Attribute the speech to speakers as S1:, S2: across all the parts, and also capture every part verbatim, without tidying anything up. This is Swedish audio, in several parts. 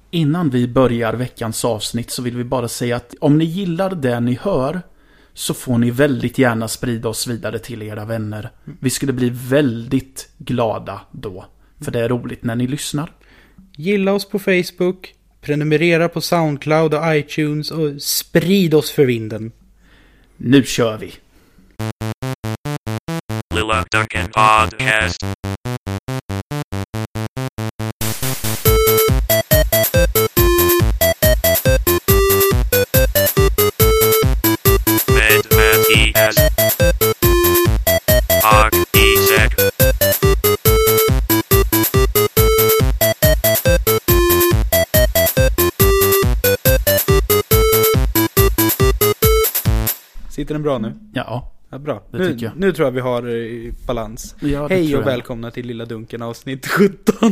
S1: Innan vi börjar veckans avsnitt så vill vi bara säga att om ni gillar det ni hör så får ni väldigt gärna sprida oss vidare till era vänner. Vi skulle bli väldigt glada då. För det är roligt när ni lyssnar.
S2: Gilla oss på Facebook, prenumerera på SoundCloud och iTunes och sprid oss för vinden.
S1: Nu kör vi!
S3: Lilla Ducken Podcast. Med Mattias och Isak.
S2: Sitter den bra nu?
S1: Ja,
S2: Ja, bra.
S1: det
S2: Nu,
S1: tycker jag.
S2: nu tror jag vi har eh, balans.
S1: Ja, det
S2: Hej
S1: tror
S2: och
S1: jag.
S2: välkomna till Lilla Dunken avsnitt sjutton.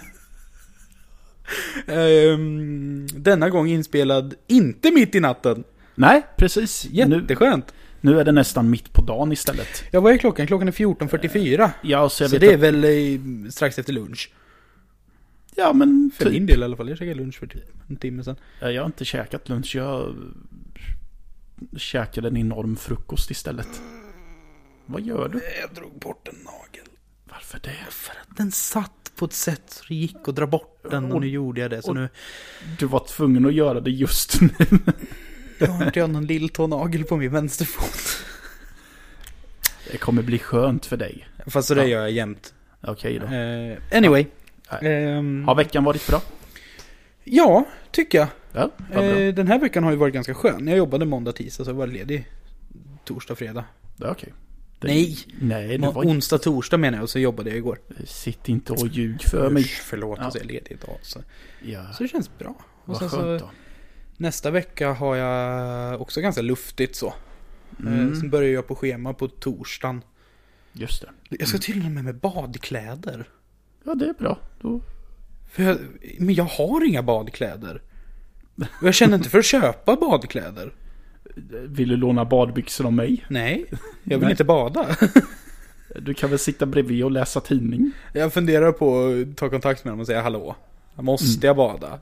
S2: Ehm, denna gång inspelad inte mitt i natten.
S1: Nej, precis. Nu,
S2: Jätteskönt.
S1: nu är det nästan mitt på dagen istället.
S2: Ja, vad är klockan? Klockan är fjorton fyrtiofyra.
S1: Ja, så jag
S2: Så
S1: vet
S2: det är
S1: att,
S2: väl eh, strax efter lunch.
S1: ja, men
S2: För
S1: typ.
S2: min del i alla fall. Jag käkade lunch för typ en timme sedan.
S1: Ja, jag har inte käkat lunch. Jag käkade en enorm frukost istället. Vad gör du?
S2: Jag drog bort en nagel.
S1: Varför det?
S2: För att den satt på ett sätt så det gick att dra bort den och,
S1: Och-
S2: nu gjorde jag det. Så
S1: och-
S2: nu
S1: Du var tvungen att göra det just nu.
S2: jag har inte jag någon lilltånagel på min vänsterfot.
S1: Det kommer bli skönt för dig.
S2: Fast så det
S1: Ja.
S2: gör jag jämt.
S1: Okej då.
S2: Eh, anyway.
S1: Nej.
S2: Ehm,
S1: Har veckan varit bra?
S2: ja, tycker jag.
S1: Ja, vad bra.
S2: Eh, den här veckan har ju varit ganska skön. Jag jobbade måndag, tisdag så jag var ledig torsdag, fredag.
S1: Ja, okej. Det-
S2: Nej.
S1: Nej, det
S2: Må-
S1: var
S2: Onsdag, torsdag menar jag och så jobbade jag igår.
S1: Sitt inte och ljug för mig.
S2: Usch, förlåt,
S1: Ja.
S2: och så är jag ledig idag. Så.
S1: Ja,
S2: så det känns bra. Och
S1: vad
S2: sen
S1: skönt
S2: så,
S1: då.
S2: nästa vecka har jag också ganska luftigt så.
S1: Mm.
S2: Eh, sen börjar jag på schema på torsdagen.
S1: Just det.
S2: Jag ska till och med med badkläder.
S1: Ja, det är bra. Då...
S2: För jag, men jag har inga badkläder. Och jag känner inte för att köpa badkläder.
S1: Vill du låna badbyxor av mig?
S2: Nej, jag vill
S1: Nej.
S2: inte bada.
S1: Du kan väl sitta bredvid och läsa tidning?
S2: Jag funderar på att ta kontakt med dem och säga hallå. Måste jag bada?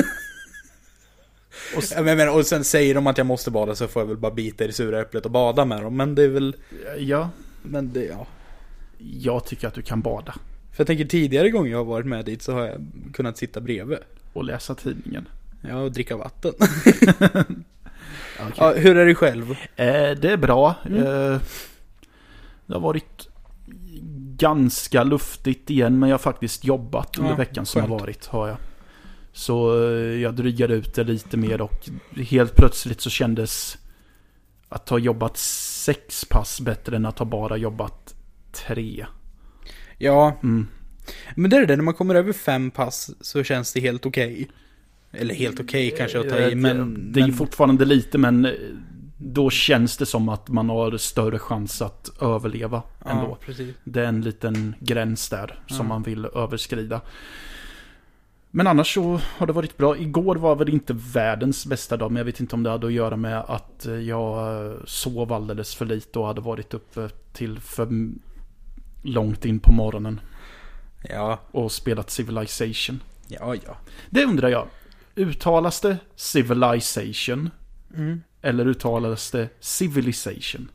S1: Och s-
S2: Ja, men, men, och sen säger de att jag måste bada så får jag väl bara bita i det sura äpplet och bada med dem. Men det är väl...
S1: Ja,
S2: Men det, ja.
S1: jag tycker att du kan bada.
S2: För jag tänker tidigare gånger jag har varit med dit så har jag kunnat sitta bredvid.
S1: Och läsa tidningen.
S2: Ja, och dricka vatten.
S1: Okej.
S2: Ja, hur är det själv?
S1: Eh, det är bra.
S2: Mm.
S1: Eh, det har varit ganska luftigt igen, men jag har faktiskt jobbat under
S2: Ja,
S1: veckan som
S2: skönt.
S1: har varit, har jag. Så eh, jag drygade ut det lite mer och helt plötsligt så kändes att ha jobbat sex pass bättre än att ha bara jobbat tre.
S2: Ja,
S1: Mm.
S2: men det är det. När man kommer över fem pass så känns det helt okej. Eller helt okej kanske att ta i,
S1: Eh,
S2: men...
S1: det är
S2: men,
S1: fortfarande lite, men eh, då känns det som att man har större chans att överleva ändå.
S2: ja, precis.
S1: Det är en liten gräns där som
S2: Ja.
S1: man vill överskrida. Men annars så har det varit bra. Igår var väl inte världens bästa dag, men jag vet inte om det hade att göra med att jag sov alldeles för lite och hade varit uppe till för långt in på morgonen
S2: Ja,
S1: och spelat Civilization.
S2: ja, ja.
S1: Det undrar jag. Uttalas det Civilization
S2: Mm.
S1: eller uttalas det Civilization?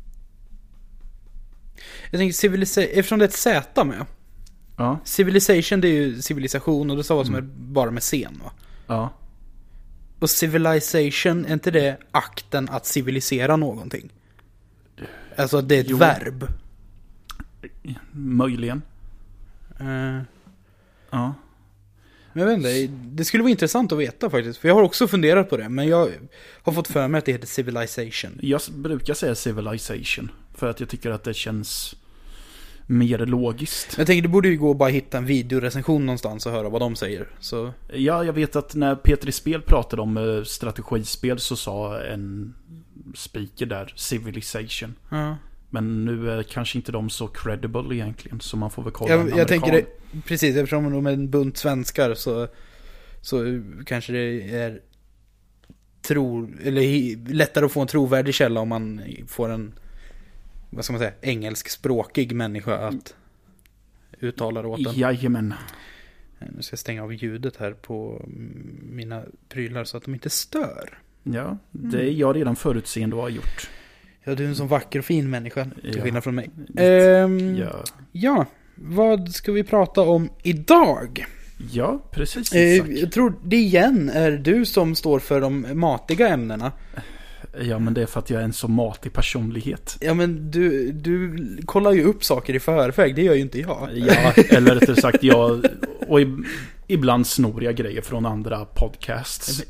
S2: Jag tänker civilization, eftersom det är ett Z med.
S1: Ja,
S2: Civilization det är ju civilisation och det stavas med bara med sen va?
S1: ja.
S2: Och civilization, är inte det akten att civilisera någonting? Alltså det är ett
S1: Jo.
S2: verb.
S1: Möjligen.
S2: Eh,
S1: Ja.
S2: Men jag vet inte, det skulle vara intressant att veta faktiskt. För jag har också funderat på det, men jag har fått för mig att det heter civilization.
S1: Jag brukar säga Civilization för att jag tycker att det känns mer logiskt.
S2: Jag tänker det borde ju gå att bara hitta en videorecension någonstans och höra vad de säger. Så
S1: Ja, jag vet att när Petri Spel pratade om eh, strategispel så sa en speaker där Civilization.
S2: ja.
S1: Men nu är kanske inte de så credible egentligen, så man får väl kolla en
S2: Jag,
S1: amerikan.
S2: jag tänker det, precis, eftersom de är en bunt svenskar så, så kanske det är tro, eller hi- lättare att få en trovärdig källa om man får en, vad ska man säga, engelskspråkig människa att uttala det åt den.
S1: Jajamän.
S2: Nu ska jag stänga av ljudet här på mina prylar så att de inte stör.
S1: Ja, det är jag redan förutseende och har gjort.
S2: Ja, du är en sån vacker och fin människa, till
S1: Ja.
S2: skillnad från mig.
S1: Lite.
S2: Ehm,
S1: Ja.
S2: ja, vad ska vi prata om idag?
S1: Ja, precis.
S2: Eh,
S1: Isak.
S2: jag tror det igen är du som står för de matiga ämnena.
S1: Ja, men det är för att jag är en så matig personlighet.
S2: Ja, men du, du kollar ju upp saker i förväg, det gör ju inte jag.
S1: Ja, eller rättare sagt, jag... Och i, ibland snor jag grejer från andra podcasts.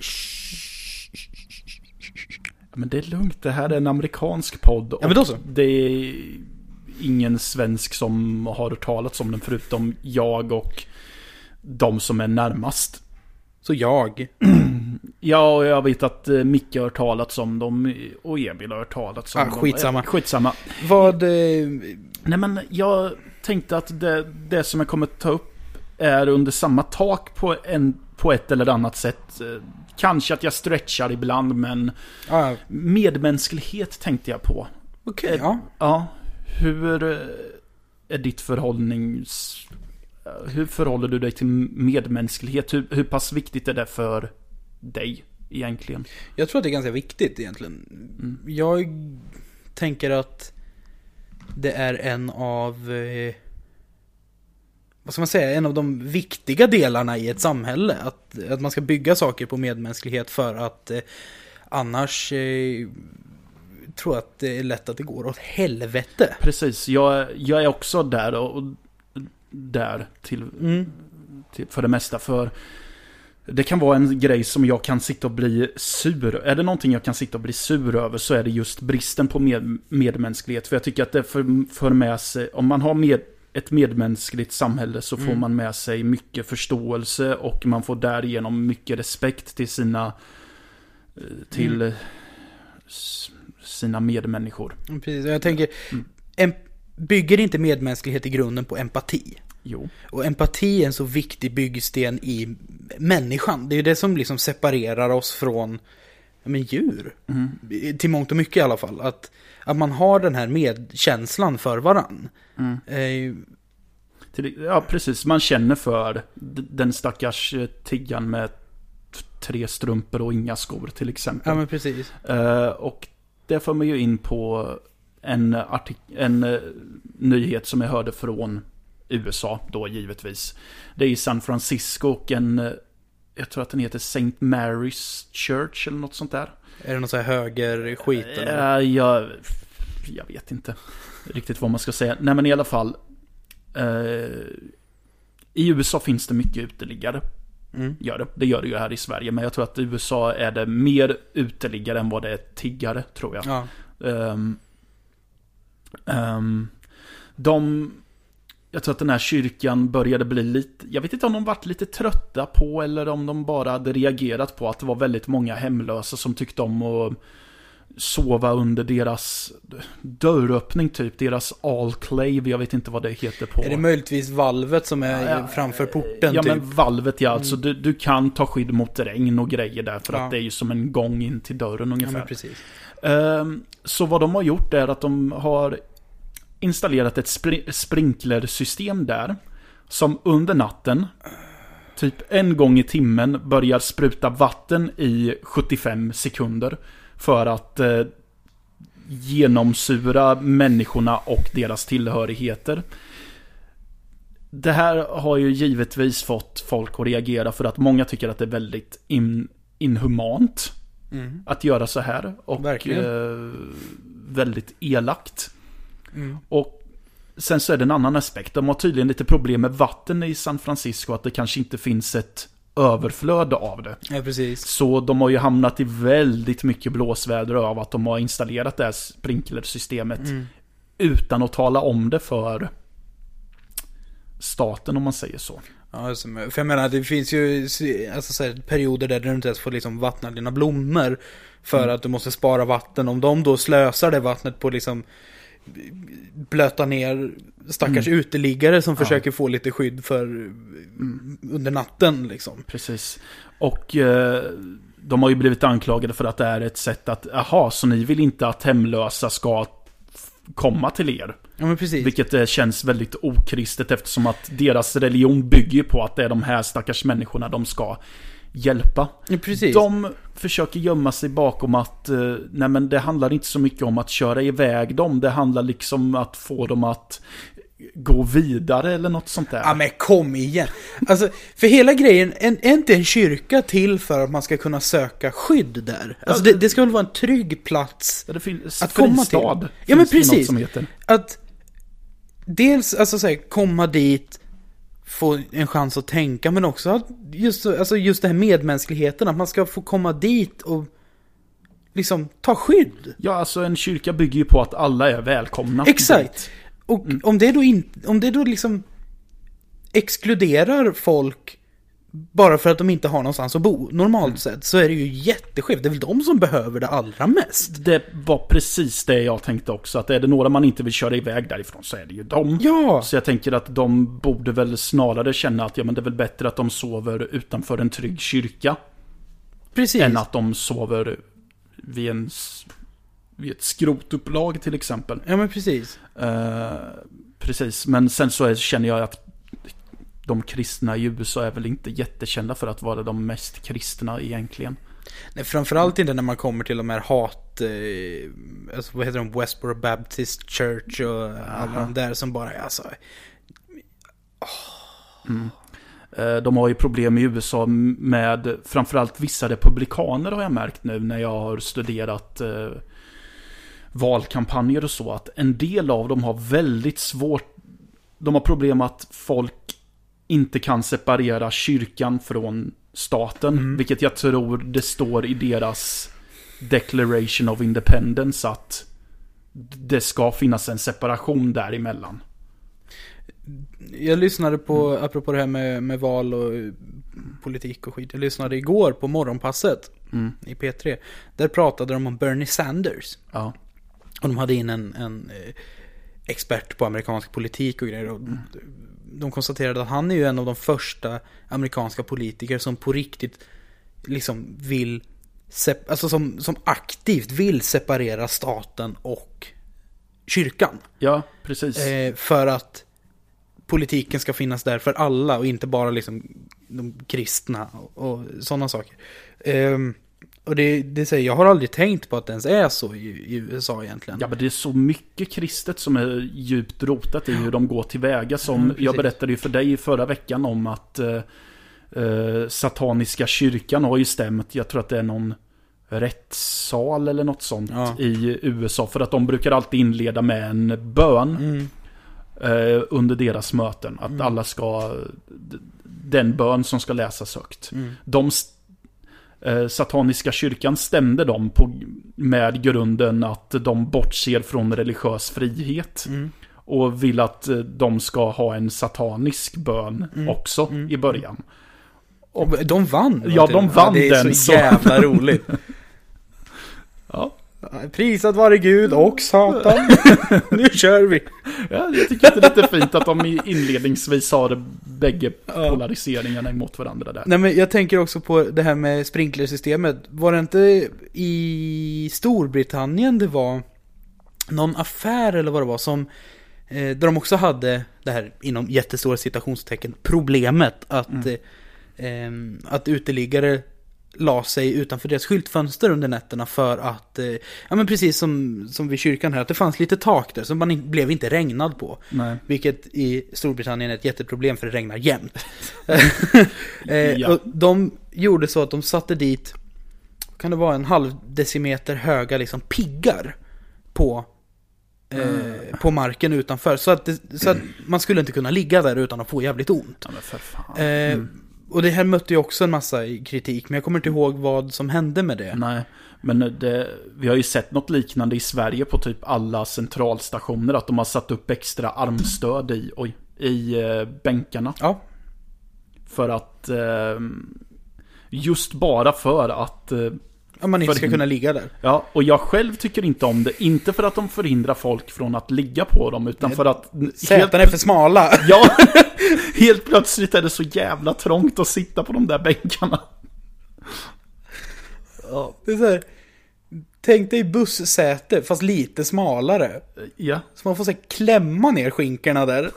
S1: Men det är lugnt, det här är en amerikansk podd.
S2: Ja, men då så.
S1: Det är ingen svensk som har hört talas om den förutom jag och de som är närmast.
S2: Så jag.
S1: Ja, och jag vet att eh, Micke har hört talats om dem och Emil har hört talats om
S2: Ah,
S1: dem.
S2: skitsamma.
S1: Eh, Skitsamma.
S2: Vad... Eh,
S1: Nej, men jag tänkte att det, det som jag kommer ta upp är under samma tak på, en, på ett eller annat sätt. Eh, Kanske att jag stretchar ibland, men
S2: ah,
S1: medmänsklighet tänkte jag på.
S2: Okej, okay, ja.
S1: Ja, hur eh, är ditt förhållnings... Hur förhåller du dig till medmänsklighet? Hur, hur pass viktigt är det för dig egentligen?
S2: Jag tror att det är ganska viktigt egentligen. Mm. Jag tänker att det är en av... Eh, vad ska man säga? En av de viktiga delarna i ett samhälle. Att, att man ska bygga saker på medmänsklighet för att eh, annars... Eh, tror jag att det är lätt att det går åt helvete.
S1: Precis, jag, jag är också där och, och där till,
S2: mm.
S1: till för det mesta. För det kan vara en grej som jag kan sitta och bli sur. Är det någonting jag kan sitta och bli sur över så är det just bristen på med, medmänsklighet. För jag tycker att det för, för med sig, om man har med, ett medmänskligt samhälle så får mm. man med sig mycket förståelse och man får därigenom mycket respekt till sina till mm. sina medmänniskor.
S2: Precis, jag tänker mm. en, bygger inte medmänsklighet i grunden på empati?
S1: Jo.
S2: Och empati är en så viktig byggsten i människan. Det är det som liksom separerar oss från men, djur. Mm. Till mångt och mycket i alla fall. Att, att man har den här medkänslan för varann.
S1: Mm.
S2: Eh,
S1: ja, precis. Man känner för den stackars tiggan med tre strumpor och inga skor till exempel.
S2: Ja, men precis.
S1: Uh, och det får man ju in på en, artik- en uh, nyhet som jag hörde från U S A då givetvis. Det är i San Francisco och en, uh, jag tror att den heter Saint Mary's Church eller något sånt där.
S2: Är det någon sån här höger skit eller?
S1: Uh, jag, jag vet inte riktigt vad man ska säga. Nej, men i alla fall uh, i U S A finns det mycket uteliggare. Mm. Gör det. det gör det ju här i Sverige. Men jag tror att i U S A är det mer uteliggare än vad det är tiggare, tror jag.
S2: Ja.
S1: Um, um, de Jag tror att den här kyrkan började bli lite, jag vet inte om de varit lite trötta på eller om de bara hade reagerat på att det var väldigt många hemlösa som tyckte om att sova under deras dörröppning typ, deras alclave, jag vet inte vad det heter på.
S2: Är det möjligtvis valvet som är ja, framför porten?
S1: Ja,
S2: typ?
S1: men valvet, ja. Alltså, mm. du, du kan ta skydd mot regn och grejer där, för
S2: ja.
S1: att det är ju som en gång in till dörren ungefär.
S2: Ja, men precis.
S1: Um, så vad de har gjort är att de har installerat ett spr- sprinklersystem där som under natten typ en gång i timmen börjar spruta vatten i sjuttiofem sekunder för att eh, genomsura människorna och deras tillhörigheter. Det här har ju givetvis fått folk att reagera för att många tycker att det är väldigt in, inhumant mm. att göra så här och eh, väldigt elakt. Mm. Och sen så är det en annan aspekt. De har tydligen lite problem med vatten i San Francisco, att det kanske inte finns ett överflöd av det.
S2: Ja, precis.
S1: Så de har ju hamnat i väldigt mycket blåsväder av att de har installerat det här sprinklersystemet mm. utan att tala om det för staten, om man säger så.
S2: Ja, för jag menar, det finns ju alltså, så här, perioder där du inte ens får liksom vattna dina blommor för mm. att du måste spara vatten. Om de då slösar det vattnet på liksom blöta ner stackars mm. uteliggare som ja. försöker få lite skydd för mm. under natten liksom.
S1: Precis. Och eh, de har ju blivit anklagade för att det är ett sätt att, aha, så ni vill inte att hemlösa ska f- komma till er.
S2: Ja, men precis.
S1: Vilket eh, känns väldigt okristet eftersom att deras religion bygger på att det är de här stackars människorna de ska hjälpa.
S2: Ja, precis.
S1: De försöker gömma sig bakom att eh, nej men det handlar inte så mycket om att köra iväg dem. Det handlar liksom att få dem att gå vidare eller något sånt där.
S2: Ja, men kom igen. Alltså, för hela grejen, är, är inte en kyrka till för att man ska kunna söka skydd där? Alltså, det, det ska väl vara en trygg plats
S1: ja, det finns
S2: att komma till. Ja, men precis.
S1: Som heter.
S2: Att dels, alltså så här, komma dit, få en chans att tänka, men också att just, alltså, just det här medmänskligheten, att man ska få komma dit och liksom ta skydd.
S1: Ja, alltså en kyrka bygger ju på att alla är välkomna.
S2: Exakt. Och mm. om det då inte, om det då liksom exkluderar folk bara för att de inte har någonstans att bo, normalt mm. sett, så är det ju jätteskevt. Det är väl de som behöver det allra mest.
S1: Det var precis det jag tänkte också, att är det några man inte vill köra iväg därifrån så är det ju de.
S2: Ja.
S1: Så jag tänker att de borde väl snarare känna att ja, men det är väl bättre att de sover utanför en trygg kyrka.
S2: Precis.
S1: Än att de sover vid en vid ett skrotupplag till exempel.
S2: Ja, men precis.
S1: Uh, precis, men sen så är, känner jag att de kristna i U S A är väl inte jättekända för att vara de mest kristna egentligen.
S2: Nej, framförallt inte när man kommer till de här hat, eh, alltså, vad heter de, Westboro Baptist Church och alla de där som bara är alltså... Oh.
S1: Mm. Uh, de har ju problem i U S A med framförallt vissa republikaner har jag märkt nu när jag har studerat uh, valkampanjer och så, att en del av dem har väldigt svårt, de har problem att folk inte kan separera kyrkan från staten, mm. vilket jag tror det står i deras Declaration of Independence att det ska finnas en separation däremellan.
S2: Jag lyssnade på,
S1: mm.
S2: apropå det här med, med val och politik och skit, jag lyssnade igår på morgonpasset mm. i P tre, där pratade de om Bernie Sanders.
S1: Ja.
S2: Och de hade in en, en eh, expert på amerikansk politik och grejer. Och mm. de konstaterade att han är ju en av de första amerikanska politiker som på riktigt liksom vill sep- alltså som, som aktivt vill separera staten och kyrkan.
S1: Ja, precis.
S2: Eh, för att politiken ska finnas där för alla och inte bara liksom de kristna och, och sådana saker. Eh, Och det, det säger, jag har aldrig tänkt på att det ens är så i, i U S A egentligen.
S1: Ja, men det är så mycket kristet som är djupt rotat i hur de går tillväga. Som ja, jag berättade ju för dig förra veckan om att eh, eh, sataniska kyrkan har ju stämt, jag tror att det är någon rättssal eller något sånt ja. i U S A. För att de brukar alltid inleda med en bön mm. eh, under deras möten. Att mm. alla ska, den bön som ska läsas högt. Mm. De Eh, sataniska kyrkan stämde dem på, med grunden att de bortser från religiös frihet mm. och vill att eh, de ska ha en satanisk bön mm. också mm. i början.
S2: Och de vann.
S1: Ja, de vann ja, det är
S2: den.
S1: Så
S2: jävla roligt.
S1: Ja.
S2: Prisat vare Gud och Satan. Nu kör vi.
S1: Ja, jag tycker att det är lite fint att de inledningsvis har bägge polariseringarna emot varandra där.
S2: Nej, men jag tänker också på det här med sprinklersystemet. Var det inte i Storbritannien det var någon affär eller vad det var som eh, där de också hade det här inom jättestora citationstecken problemet att mm. eh, att uteliggare la sig utanför deras skyltfönster under nätterna för att, eh, ja men precis som, som vid kyrkan här, att det fanns lite tak där som man in, blev inte regnad på.
S1: Nej.
S2: Vilket i Storbritannien är ett jätteproblem för det regnar jämt. eh,
S1: ja.
S2: Och de gjorde så att de satte dit, kan det vara en halv decimeter höga liksom piggar på eh, mm. på marken utanför. Så att, det, så att man skulle inte kunna ligga där utan att få jävligt ont.
S1: Ja, men för fan.
S2: Eh, mm. Och det här mötte ju också en massa kritik, men jag kommer inte ihåg vad som hände med det.
S1: Nej, men det, vi har ju sett något liknande i Sverige på typ alla centralstationer, att de har satt upp extra armstöd i, oj, i eh, bänkarna.
S2: Ja.
S1: För att eh, just bara för att eh,
S2: ja, man inte ska kunna ligga där.
S1: Ja, och jag själv tycker inte om det. Inte för att de förhindrar folk från att ligga på dem, utan för att
S2: säten är för smala.
S1: Ja, helt plötsligt är det så jävla trångt att sitta på de där bänkarna.
S2: Ja, det är så här, tänk dig bussäte fast lite smalare.
S1: Ja.
S2: Så man får så här, klämma ner skinkorna där.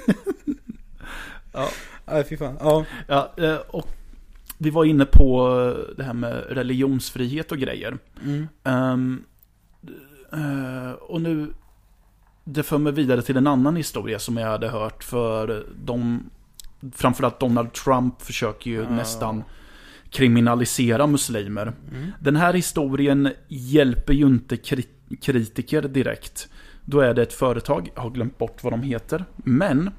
S1: Ja.
S2: Nej, fy fan. Ja.
S1: Ja, eh, och vi var inne på det här med religionsfrihet och grejer.
S2: Mm.
S1: Um, uh, och nu det för mig vidare till en annan historia som jag hade hört, för de, framförallt Donald Trump försöker ju
S2: Ja.
S1: nästan kriminalisera muslimer.
S2: Mm.
S1: Den här historien hjälper ju inte kri- kritiker direkt. Då är det ett företag, jag har glömt bort vad de heter, men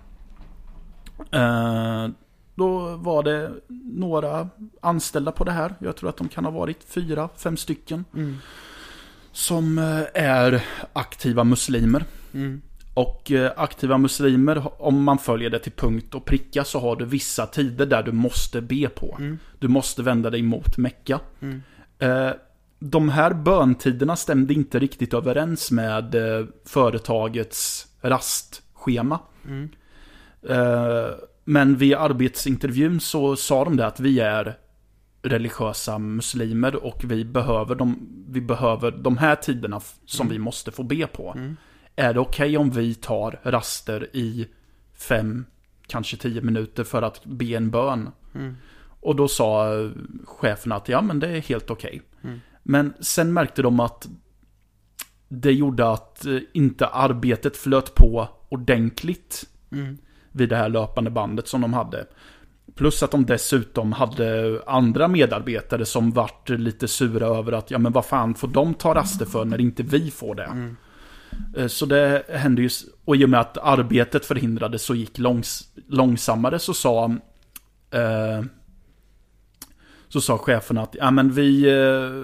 S1: uh, då var det några anställda på det här. Jag tror att de kan ha varit fyra, fem stycken.
S2: Mm.
S1: Som är aktiva muslimer.
S2: Mm.
S1: Och aktiva muslimer, om man följer det till punkt och pricka, så har du vissa tider där du måste be på.
S2: Mm.
S1: Du måste vända dig mot Mecka.
S2: Mm.
S1: Eh, de här böntiderna stämde inte riktigt överens med eh, företagets rastschema.
S2: Mm.
S1: Eh, men vid arbetsintervjun så sa de det att vi är religiösa muslimer och vi behöver de, vi behöver de här tiderna f- som
S2: Mm.
S1: vi måste få be på.
S2: Mm.
S1: Är det okej om vi tar raster i fem, kanske tio minuter för att be en bön?
S2: Mm.
S1: Och då sa eh, chefen att ja, men det är helt okej.
S2: Mm.
S1: Men sen märkte de att det gjorde att eh, inte arbetet flöt på ordentligt
S2: Mm.
S1: vid det här löpande bandet som de hade. Plus att de dessutom hade andra medarbetare som vart lite sura över att ja, men vad fan får de ta raster för när inte vi får det?
S2: Mm.
S1: Eh, Så det hände ju, och i och med att arbetet förhindrades så gick långs, långsammare, så sa eh, så sa chefen att ja, men vi eh,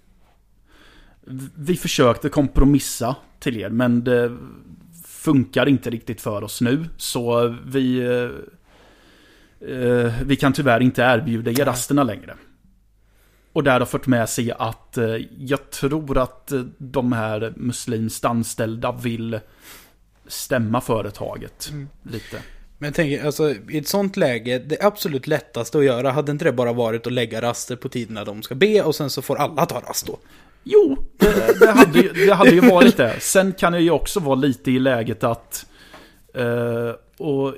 S1: vi försökte kompromissa till er, men det funkar inte riktigt för oss nu, så vi eh, eh, vi kan tyvärr inte erbjuda er rasterna längre. Och det har fört med sig att eh, jag tror att eh, de här muslimskt anställda vill stämma företaget
S2: Mm.
S1: lite.
S2: Men jag tänker, alltså i ett sånt läge, det absolut lättaste att göra, hade inte det bara varit att lägga raster på tiderna de ska be, och sen så får alla ta rast då?
S1: Jo, det, det, hade, ju- det hade ju varit det. Sen kan jag ju också vara lite i läget att eh, och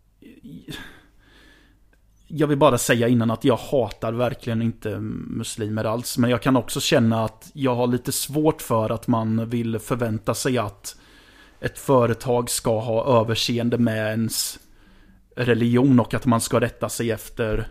S1: jag vill bara säga innan att jag hatar verkligen inte muslimer alls, men jag kan också känna att jag har lite svårt för att man vill förvänta sig att ett företag ska ha överseende med ens religion och att man ska rätta sig efter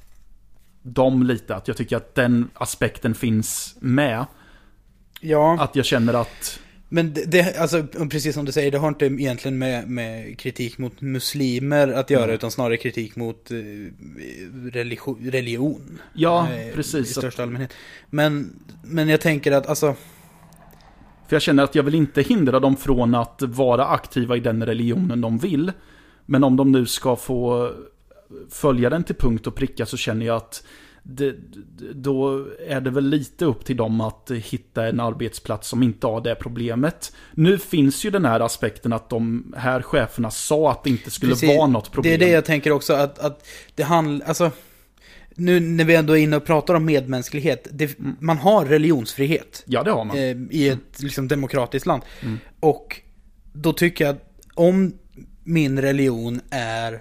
S1: dem lite. Att jag tycker att den aspekten finns med.
S2: Ja.
S1: Att jag känner att
S2: Men det, det, alltså, precis som du säger, det har inte egentligen med, med kritik mot muslimer att göra,
S1: Mm.
S2: utan snarare kritik mot eh, religio, religion.
S1: ja,
S2: eh, I
S1: precis.
S2: största allmänhet. Men, men jag tänker att, alltså,
S1: För jag känner att jag vill inte hindra dem från att vara aktiva i den religionen de vill. Men om de nu ska få följa den till punkt och pricka, så känner jag att det, då är det väl lite upp till dem att hitta en arbetsplats som inte har det problemet. Nu finns ju den här aspekten att de här cheferna sa att det inte skulle
S2: precis,
S1: vara något problem.
S2: det är det jag tänker också, att, att det handlar, alltså, nu när vi ändå är inne och pratar om medmänsklighet, det,
S1: Mm.
S2: man har religionsfrihet
S1: Ja, det har man.
S2: eh, i ett liksom, demokratiskt land.
S1: Mm.
S2: Och då tycker jag att om min religion är,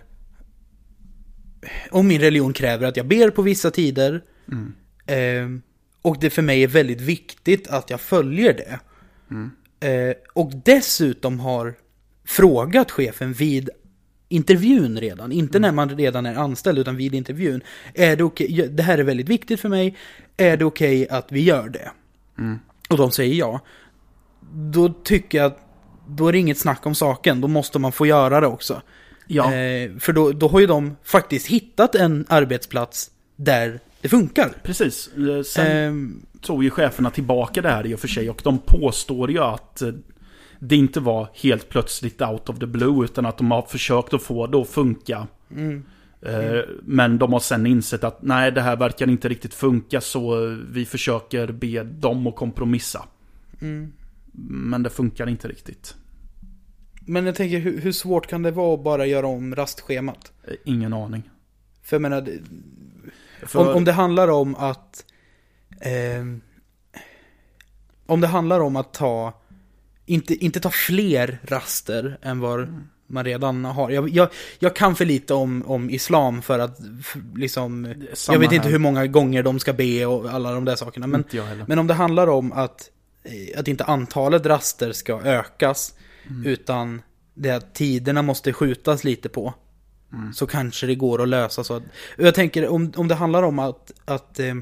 S2: om min religion kräver att jag ber på vissa tider,
S1: Mm.
S2: eh, och det för mig är väldigt viktigt att jag följer det,
S1: Mm.
S2: eh, och dessutom har frågat chefen vid intervjun redan, inte när man redan är anställd utan vid intervjun, är det okej, det här är väldigt viktigt för mig, är det okej att vi gör det?
S1: Mm.
S2: Och de säger ja. Då tycker jag att då är det inget snack om saken, då måste man få göra det också.
S1: Ja.
S2: Eh, för då, då har ju de faktiskt hittat en arbetsplats där det funkar.
S1: Precis. Eh, Sen
S2: Ehm,
S1: tog ju cheferna tillbaka det här i och för sig, och de påstår ju att eh, det inte var helt plötsligt out of the blue, utan att de har försökt att få det att funka.
S2: mm,
S1: Eh, Men de har sen insett att nej, det här verkar inte riktigt funka, så vi försöker be dem att kompromissa.
S2: mm.
S1: Men det funkar inte riktigt.
S2: Men jag tänker, hur, hur svårt kan det vara att bara göra om rastschemat?
S1: Eh, Ingen aning.
S2: För jag menar, det-
S1: För,
S2: om, om det handlar om att ehm, om det handlar om att ta inte, inte ta fler raster än vad mm. man redan har. Jag, jag, jag kan för lite om, om islam för att för, liksom, jag vet inte här. hur många gånger de ska be och alla de där sakerna. Men, men om det handlar om att, att inte antalet raster ska ökas mm. utan det att tiderna måste skjutas lite på mm. så kanske det går att lösa så att, jag tänker om, om det handlar om att att eh,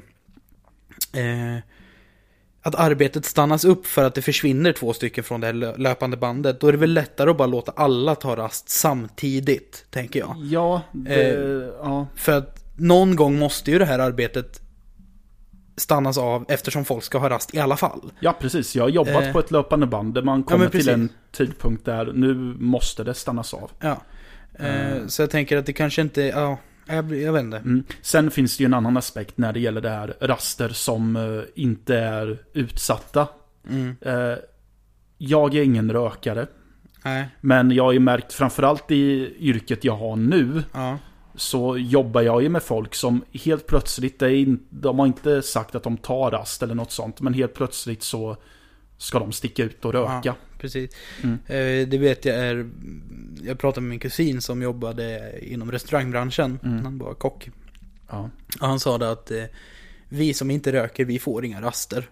S2: eh, att arbetet stannas upp för att det försvinner två stycken från det här löpande bandet, då är det väl lättare att bara låta alla ta rast samtidigt, tänker jag.
S1: Ja, det, eh, ja.
S2: För att någon gång måste ju det här arbetet stannas av eftersom folk ska ha rast i alla fall.
S1: Ja, precis. Jag har jobbat eh, på ett löpande band där man kommer ja, till en tidpunkt där nu måste det stannas av.
S2: Ja, eh, mm. så jag tänker att det kanske inte... Ja, jag, jag vet inte.
S1: Mm. Sen finns det ju en annan aspekt när det gäller det här raster som uh, inte är utsatta. Mm. Uh, jag är ingen rökare. Nej. Men jag har ju märkt framförallt i yrket jag har nu ja. så jobbar jag ju med folk som helt plötsligt, det är in, de har inte sagt att de tar rast eller något sånt, men helt plötsligt så ska de sticka ut och röka.
S2: Ja, precis. Mm. Eh, det vet jag är, jag pratade med min kusin som jobbade inom restaurangbranschen, mm. han var kock. Ja. Och han sa det att eh, vi som inte röker, vi får inga raster.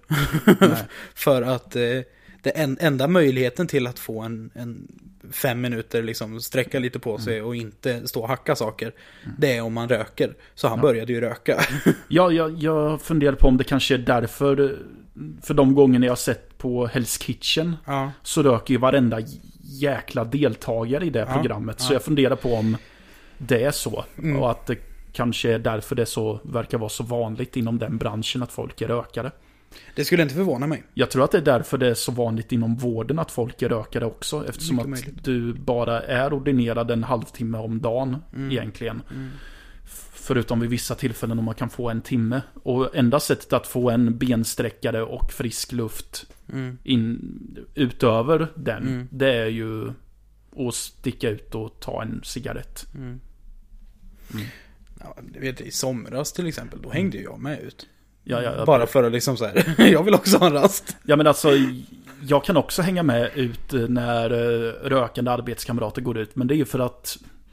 S2: För att eh, det en, enda möjligheten till att få en, en fem minuter liksom sträcka lite på sig mm. och inte stå och hacka saker, mm. det är om man röker. Så han ja. började ju röka.
S1: Ja, jag, jag funderar på om det kanske är därför, för de gånger jag har sett på Hell's Kitchen ja. så röker ju varenda jäkla deltagare i det ja. programmet. Ja. Så jag funderar på om det är så. Mm. Och att det kanske är därför det så verkar vara så vanligt inom den branschen att folk är rökare.
S2: Det skulle inte förvåna mig.
S1: Jag tror att det är därför det är så vanligt inom vården att folk är rökare också. Eftersom mycket att möjligt. Du bara är ordinerad en halvtimme om dagen mm. egentligen. Mm. Förutom vid vissa tillfällen om man kan få en timme. Och enda sättet att få en bensträckare och frisk luft mm. in, utöver den, mm. det är ju att sticka ut och ta en cigarett. Mm.
S2: Mm. Ja, jag vet, i somras till exempel, då hängde jag med ut.
S1: Ja, ja, ja.
S2: Bara för att liksom så här, jag vill också ha en rast.
S1: Ja, men alltså, jag kan också hänga med ut när rökande arbetskamrater går ut. Men det är ju för att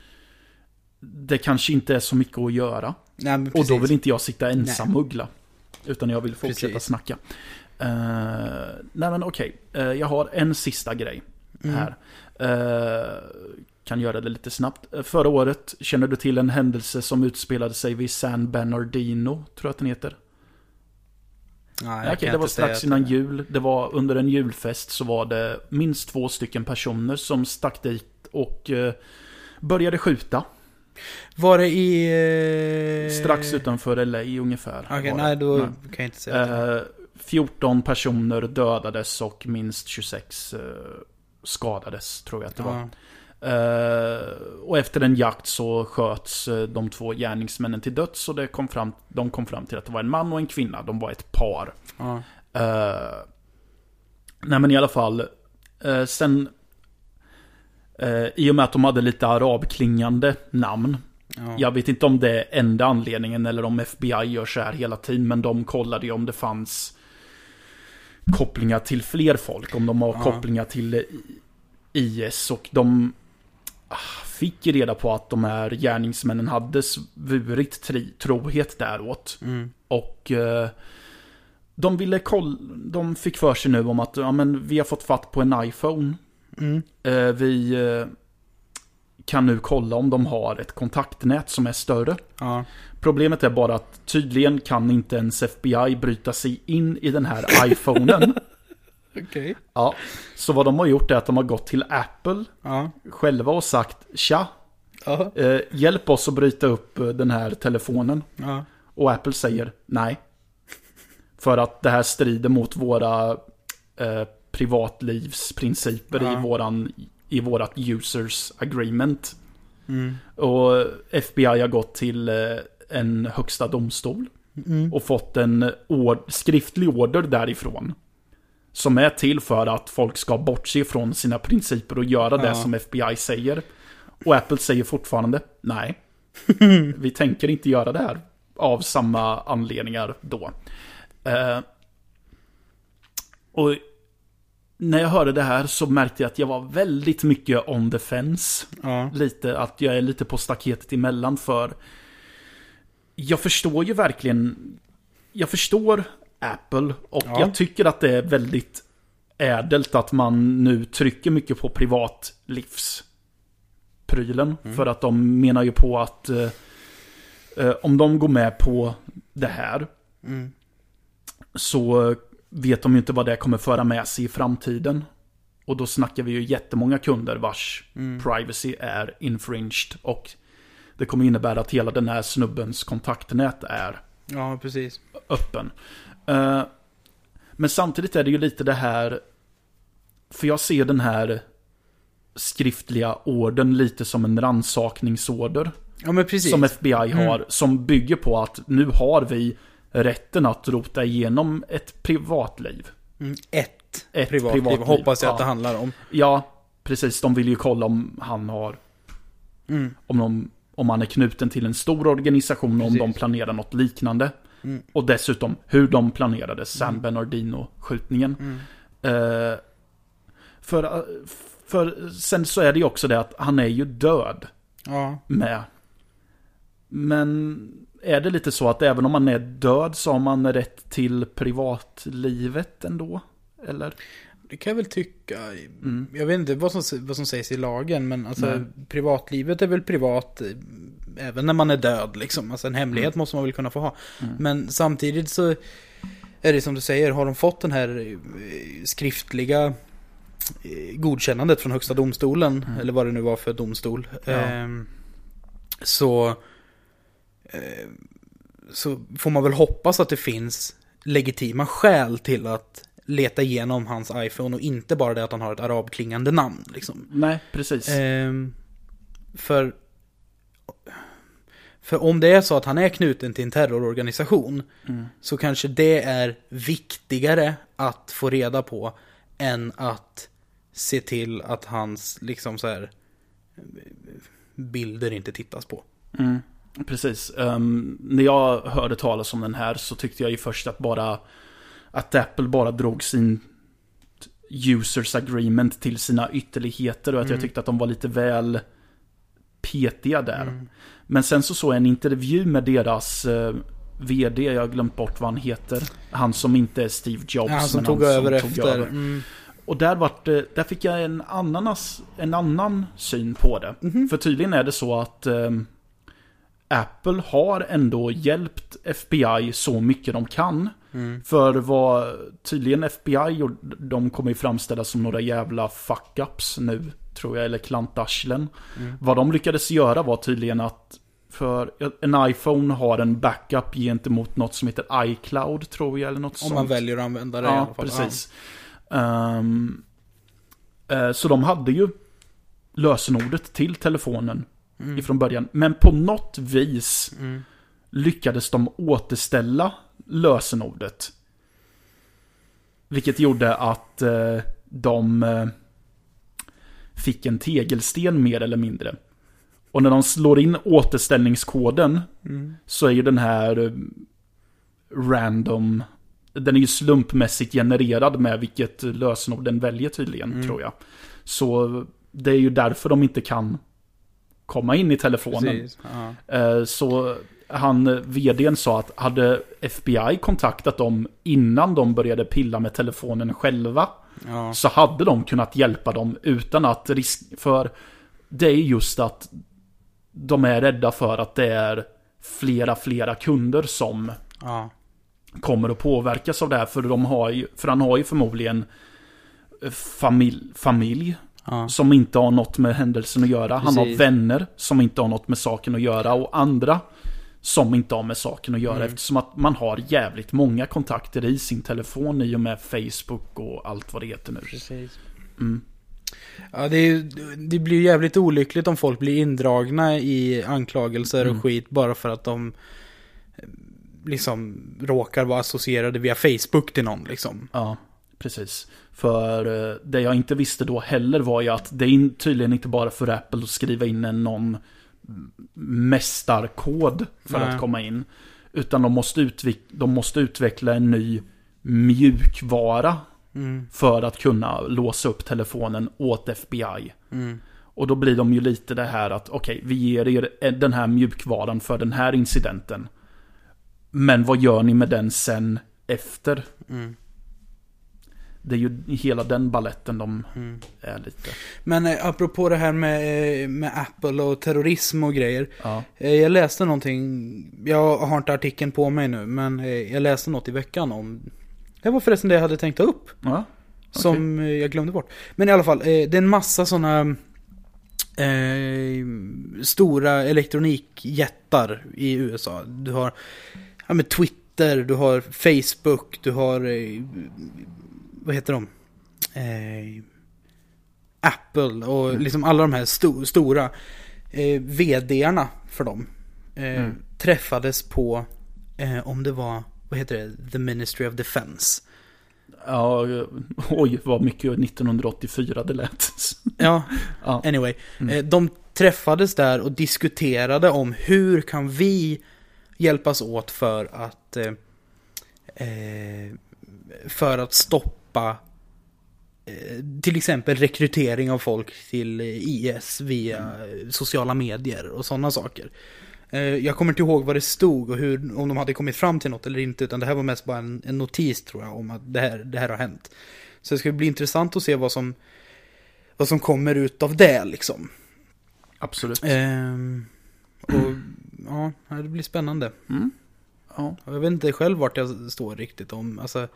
S1: det kanske inte är så mycket att göra. Nej, och då vill inte jag sitta ensam nej. Uggla. Utan jag vill fortsätta precis. Snacka. Uh, nej men okej, okay. uh, jag har en sista grej mm. här. Uh, kan göra det lite snabbt. Uh, förra året, känner du till en händelse som utspelade sig vid San Bernardino, tror jag att den heter?
S2: Nej,
S1: okay, det var strax innan det... jul. Det var under en julfest så var det minst två stycken personer som stack dit och uh, började skjuta.
S2: Var det i... Uh...
S1: Strax utanför L A ungefär.
S2: Okej, okay, nej då nej. Kan jag inte säga.
S1: Uh, fjorton personer dödades och minst tjugosex uh, skadades, tror jag att det var. Uh. Uh, och efter en jakt så sköts uh, de två gärningsmännen till döds och det kom fram, de kom fram till att det var en man och en kvinna. De var ett par. Uh. Uh, nej men i alla fall uh, sen uh, i och med att de hade lite arabklingande namn. Uh. Jag vet inte om det är enda anledningen eller om F B I gör så här hela tiden, men de kollade ju om det fanns kopplingar till fler folk, om de har uh. kopplingar till I S, och de fick reda på att de här gärningsmännen hade svurit tri- trohet däråt. Mm. Och eh, de ville kolla, de fick för sig nu om att ja, men vi har fått fatt på en iPhone. Mm. Eh, vi eh, kan nu kolla om de har ett kontaktnät som är större. Ja. Problemet är bara att tydligen kan inte ens F B I bryta sig in i den här iPhonen.
S2: Okay.
S1: Ja, så vad de har gjort är att de har gått till Apple ja. själva och sagt tja, ja. eh, hjälp oss att bryta upp den här telefonen. Ja. Och Apple säger nej. För att det här strider mot våra eh, privatlivsprinciper ja. i, våran, i vårat users agreement. Mm. Och F B I har gått till eh, en högsta domstol mm. och fått en ord, skriftlig order därifrån. Som är till för att folk ska bortse från sina principer och göra det ja. som F B I säger. Och Apple säger fortfarande nej. Vi tänker inte göra det här av samma anledningar då. Eh, Och när jag hörde det här så märkte jag att jag var väldigt mycket on the fence.
S2: Ja.
S1: Lite, att jag är lite på staketet emellan, för jag förstår ju verkligen, jag förstår Apple och
S2: Ja.
S1: jag tycker att det är väldigt ädelt att man nu trycker mycket på privatlivsprylen.
S2: Mm.
S1: För att de menar ju på att eh, eh, om de går med på det här
S2: Mm.
S1: så vet de ju inte vad det kommer föra med sig i framtiden. Och då snackar vi ju jättemånga kunder vars
S2: Mm.
S1: privacy är infringed. Och det kommer innebära att hela den här snubbens kontaktnät är
S2: Ja, precis.
S1: öppen. Uh, men samtidigt är det ju lite det här, för jag ser den här skriftliga orden lite som en rannsakningsorder.
S2: Ja, men precis.
S1: Som F B I har,
S2: Mm.
S1: som bygger på att nu har vi rätten att rota igenom ett privatliv.
S2: Mm. Ett,
S1: Ett
S2: privatliv,
S1: privatliv,
S2: hoppas jag
S1: ja.
S2: att det handlar om.
S1: Ja, precis. De vill ju kolla om han har
S2: Mm.
S1: om, de, om han är knuten till en stor organisation och om
S2: Precis.
S1: de planerar något liknande.
S2: Mm.
S1: Och dessutom hur de planerade San Bernardino-skjutningen.
S2: Mm.
S1: Eh, för, för sen så är det ju också det att han är ju död
S2: Ja.
S1: med. Men är det lite så att även om man är död så har man rätt till privatlivet ändå? Eller?
S2: Det kan jag väl tycka.
S1: Mm.
S2: Jag vet inte vad som, vad som sägs i lagen, men alltså
S1: Nej.
S2: privatlivet är väl privat eh, även när man är död liksom. Alltså en hemlighet
S1: Mm.
S2: måste man väl kunna få ha.
S1: Mm.
S2: Men samtidigt så är det som du säger, har de fått den här eh, skriftliga eh, godkännandet från högsta domstolen,
S1: Mm.
S2: eller vad det nu var för domstol,
S1: Ja.
S2: ehm, så eh, så får man väl hoppas att det finns legitima skäl till att leta igenom hans iPhone och inte bara det att han har ett arabklingande namn liksom.
S1: Nej, precis.
S2: Ehm, för för om det är så att han är knuten till en terrororganisation,
S1: Mm.
S2: så kanske det är viktigare att få reda på än att se till att hans liksom så här bilder inte tittas på.
S1: Mm. Precis. Um, när jag hörde talas om den här så tyckte jag ju först att bara att Apple bara drog sin users agreement till sina ytterligheter och att
S2: Mm.
S1: jag tyckte att de var lite väl petiga där.
S2: Mm.
S1: Men sen så såg jag en intervju med deras uh, vd, jag har glömt bort vad han heter. Han som inte är Steve Jobs.
S2: Ja, han som
S1: men
S2: tog
S1: han
S2: över
S1: som
S2: efter.
S1: tog över.
S2: Mm.
S1: Och där, var det, där fick jag en annan, en annan syn på det.
S2: Mhm.
S1: För tydligen är det så att um, Apple har ändå hjälpt F B I så mycket de kan.
S2: Mm.
S1: För vad tydligen F B I gjorde, de kommer ju framställas som några jävla fuck-ups nu, tror jag, eller klantarslen.
S2: Mm.
S1: Vad de lyckades göra var tydligen att för en iPhone har en backup gentemot något som heter iCloud, tror jag, eller något
S2: Om
S1: sånt.
S2: man väljer att använda det i alla
S1: Ja,
S2: fall.
S1: precis. Um, uh, så de hade ju lösenordet till telefonen
S2: Mm.
S1: ifrån början. Men på något vis
S2: Mm.
S1: lyckades de återställa lösenordet. Vilket gjorde att uh, de uh, fick en tegelsten mer eller mindre. Och när de slår in återställningskoden
S2: Mm.
S1: så är ju den här uh, random, den är ju slumpmässigt genererad med vilket lösenord den väljer tydligen,
S2: Mm.
S1: tror jag. Så det är ju därför de inte kan komma in i telefonen.
S2: Precis. Ja.
S1: Eh, Så han, vdn sa att hade F B I kontaktat dem innan de började pilla med telefonen själva,
S2: Ja.
S1: så hade de kunnat hjälpa dem utan att risk, för det är just att de är rädda för att det är flera, flera kunder som
S2: Ja.
S1: kommer att påverkas av det här, för de har ju, för han har ju förmodligen familj, familj
S2: Ja.
S1: som inte har något med händelsen att göra. Han har
S2: Precis.
S1: vänner som inte har något med saken att göra och andra som inte har med saken att göra,
S2: Mm.
S1: eftersom att man har jävligt många kontakter i sin telefon i och med Facebook och allt vad det heter nu.
S2: Precis.
S1: Mm.
S2: Ja, det, är, ju- det blir ju jävligt olyckligt om folk blir indragna i anklagelser
S1: Mm.
S2: och skit bara för att de eh, liksom råkar vara associerade via Facebook till någon liksom.
S1: Ja, precis. För eh, det jag inte visste då heller var ju att det är in- tydligen inte bara för Apple att skriva in en någon mästarkod för
S2: Nej.
S1: att komma in. Utan de måste, utvik- de måste utveckla en ny mjukvara
S2: Mm.
S1: För att kunna låsa upp telefonen åt F B I.
S2: Mm.
S1: Och då blir de ju lite det här att okej, okay, vi ger er den här mjukvaran för den här incidenten. Men vad gör ni med den sen efter?
S2: Mm.
S1: Det är ju hela den balletten de
S2: Mm.
S1: är lite.
S2: Men eh, apropå det här med, eh, med Apple och terrorism och grejer.
S1: Ja.
S2: Eh, jag läste någonting, jag har inte artikeln på mig nu, men eh, jag läste något i veckan om, det var förresten det jag hade tänkt ta upp.
S1: Ja.
S2: Som eh, jag glömde bort. Men i alla fall, eh, det är en massa sådana eh, stora elektronikjättar i U S A. Du har ja, med Twitter, du har Facebook, du har eh, vad heter de? Eh, Apple och mm. liksom alla de här sto- stora eh, vdarna för dem eh, mm. träffades på eh, om det var, vad heter det? The Ministry of Defense.
S1: Ja, oj, vad mycket nittonhundraåttiofyra det lät.
S2: Ja,
S1: ja.
S2: Anyway.
S1: Mm.
S2: Eh, de träffades där och diskuterade om hur kan vi hjälpas åt för att eh, eh, för att stoppa eh, till exempel rekrytering av folk till I S via mm. sociala medier och sådana saker. Eh, jag kommer inte ihåg vad det stod och hur, om de hade kommit fram till något eller inte, utan det här var mest bara en, en notis tror jag om att det här, det här har hänt. Så det ska bli intressant att se vad som vad som kommer ut av det liksom.
S1: Absolut.
S2: Ehm, och ja, det blir spännande.
S1: Mm. Ja.
S2: Jag vet inte själv vart jag står riktigt om, alltså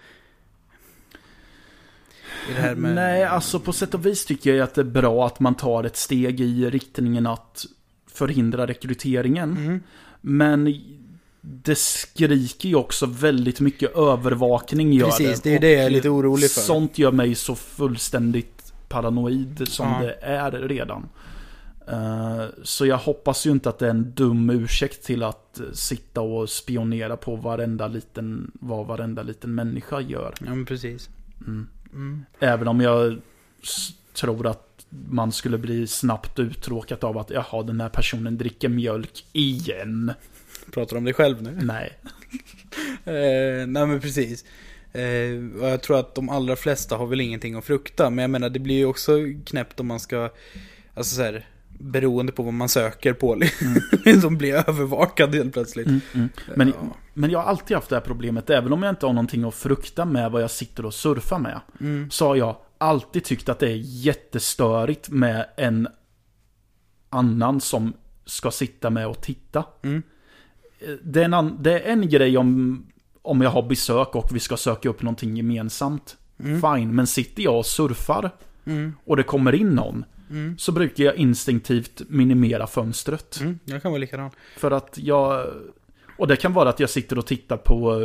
S2: i det här med...
S1: Nej, alltså på sätt och vis tycker jag att det är bra att man tar ett steg i riktningen att förhindra rekryteringen.
S2: Mm.
S1: Men det skriker ju också väldigt mycket övervakning gör
S2: Precis,
S1: det.
S2: det är det jag är lite orolig för.
S1: Sånt gör mig så fullständigt paranoid som
S2: Ja.
S1: det är redan. Uh, så jag hoppas ju inte att det är en dum ursäkt till att sitta och spionera på varenda liten, vad varenda liten människa gör.
S2: Ja, men precis.
S1: Mm.
S2: Mm.
S1: Även om jag s- tror att man skulle bli snabbt uttråkat av att jaha, den här personen dricker mjölk igen.
S2: Pratar du om dig själv nu?
S1: Nej.
S2: eh, nej men precis. Eh, och jag tror att de allra flesta har väl ingenting att frukta. Men jag menar, det blir ju också knäppt om man ska, alltså så här, beroende på vad man söker på, mm. som blir övervakad helt plötsligt.
S1: Mm, mm. Men,
S2: ja.
S1: men jag har alltid haft det här problemet. Även om jag inte har någonting att frukta med vad jag sitter och surfar med,
S2: Mm.
S1: så har jag alltid tyckt att det är jättestörigt med en annan som ska sitta med och titta.
S2: Mm.
S1: Det är en, an- det är en grej om, om jag har besök och vi ska söka upp någonting gemensamt.
S2: Mm.
S1: Fine, men sitter jag och surfar
S2: Mm.
S1: och det kommer in någon,
S2: Mm.
S1: så brukar jag instinktivt minimera fönstret.
S2: Mm. Jag kan vara likadan.
S1: För att jag... Och det kan vara att jag sitter och tittar på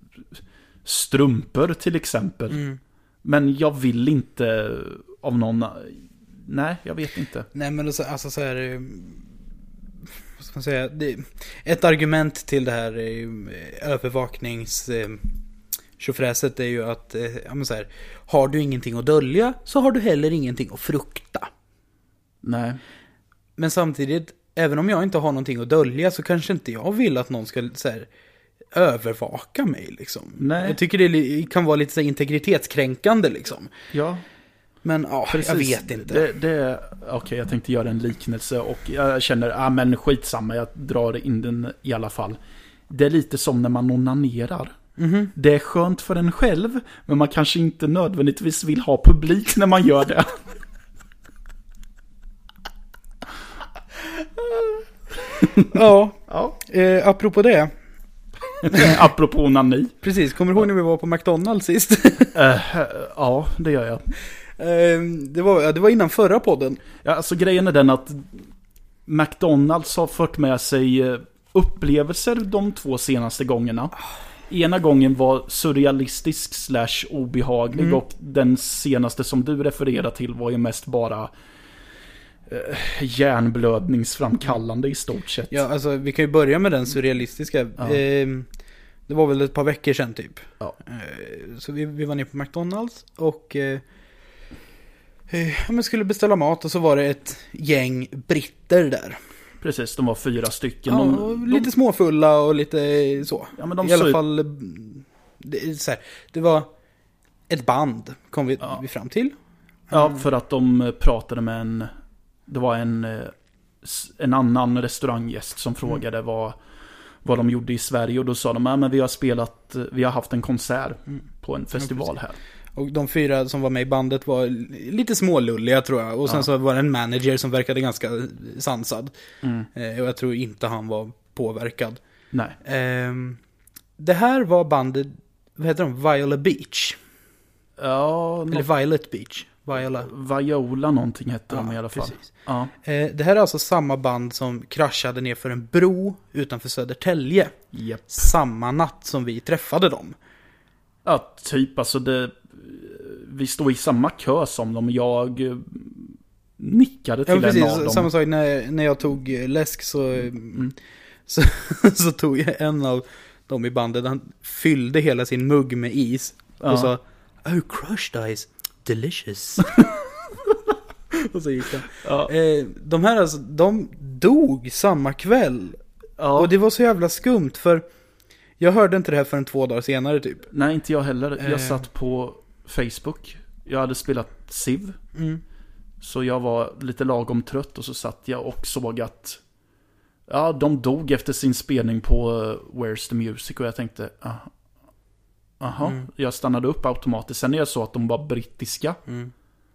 S1: strumpor till exempel.
S2: Mm.
S1: Men jag vill inte av någon... Nej, jag vet inte.
S2: Nej men alltså, alltså så här, eh, vad ska man säga, det, ett argument till det här eh, övervaknings eh, tjofräset är ju att eh, ja, men så här, har du ingenting att dölja så har du heller ingenting att frukta.
S1: Nej.
S2: Men samtidigt, även om jag inte har någonting att dölja så kanske inte jag vill att någon ska så här, övervaka mig liksom.
S1: Nej.
S2: Jag tycker det kan vara lite så här, integritetskränkande liksom.
S1: Ja.
S2: Men ja, jag vet inte.
S1: Det, det, Okej, okay, jag tänkte göra en liknelse och jag känner, ja ah, men skitsamma, jag drar in den i alla fall. Det är lite som när man onanerar.
S2: Mm-hmm.
S1: Det är skönt för en själv, men man kanske inte nödvändigtvis vill ha publik när man gör det.
S2: Ja,
S1: Ja.
S2: eh, apropå det.
S1: Apropå onani.
S2: Precis, kommer du ihåg när vi var på McDonald's sist?
S1: uh, ja, det gör jag.
S2: eh, det, var, det var innan förra podden.
S1: Ja, alltså grejen är den att McDonald's har fört med sig upplevelser de två senaste gångerna. Ena gången var surrealistisk slash obehaglig mm. och den senaste som du refererar till var ju mest bara eh, hjärnblödningsframkallande i stort sett.
S2: Ja, alltså vi kan ju börja med den surrealistiska.
S1: Ja.
S2: Eh, det var väl ett par veckor sedan typ.
S1: Ja.
S2: Eh, så vi, vi var nere på McDonald's och eh, eh, man skulle beställa mat och så var det ett gäng britter där.
S1: Precis, de var fyra stycken.
S2: Ja,
S1: de,
S2: lite
S1: de,
S2: småfulla och lite så.
S1: Ja, men de
S2: I alla
S1: så...
S2: fall det, så här, det var ett band kom vi,
S1: Ja.
S2: vi fram till.
S1: Ja, för att de pratade med en... Det var en, eh, s- en annan restauranggäst som frågade
S2: Mm.
S1: vad, vad de gjorde i Sverige. Och då sa de, ja, men vi har spelat, vi har haft en konsert
S2: Mm.
S1: på en festival
S2: Ja,
S1: här.
S2: Och de fyra som var med i bandet var lite smålulliga tror jag. Och sen
S1: Ja.
S2: så var det en manager som verkade ganska sansad.
S1: Mm.
S2: Eh, och jag tror inte han var påverkad.
S1: Nej.
S2: Ehm, det här var bandet, vad heter de? Viola Beach.
S1: Ja,
S2: Eller
S1: nå-
S2: Violet Beach. Viola.
S1: Viola någonting hette de
S2: Ja,
S1: i alla fall.
S2: precis.
S1: Ja.
S2: Eh, det här är alltså samma band som kraschade ner för en bro utanför Södertälje.
S1: Japp.
S2: Samma natt som vi träffade dem.
S1: Ja, typ alltså det... Vi stod i samma kö som dem. Jag eh, nickade till
S2: Ja, precis.
S1: en av dem.
S2: Samma sak när, när jag tog eh, läsk så,
S1: Mm.
S2: så, så tog jag en av dem i bandet. Han fyllde hela sin mugg med is.
S1: Ja.
S2: Och sa, oh, crushed ice, delicious. Och så gick han.
S1: Ja.
S2: Eh, de här alltså, de dog samma kväll.
S1: Ja.
S2: Och det var så jävla skumt för jag hörde inte det här förrän två dagar senare typ.
S1: Nej, inte jag heller. Jag
S2: Eh.
S1: satt på Facebook. Jag hade spelat Civ.
S2: Mm.
S1: Så jag var lite lagom trött och så satt jag och såg att ja, de dog efter sin spelning på uh, Where's the Music och jag tänkte ah, aha,
S2: Mm.
S1: jag stannade upp automatiskt. Sen när jag såg att de var brittiska
S2: Mm.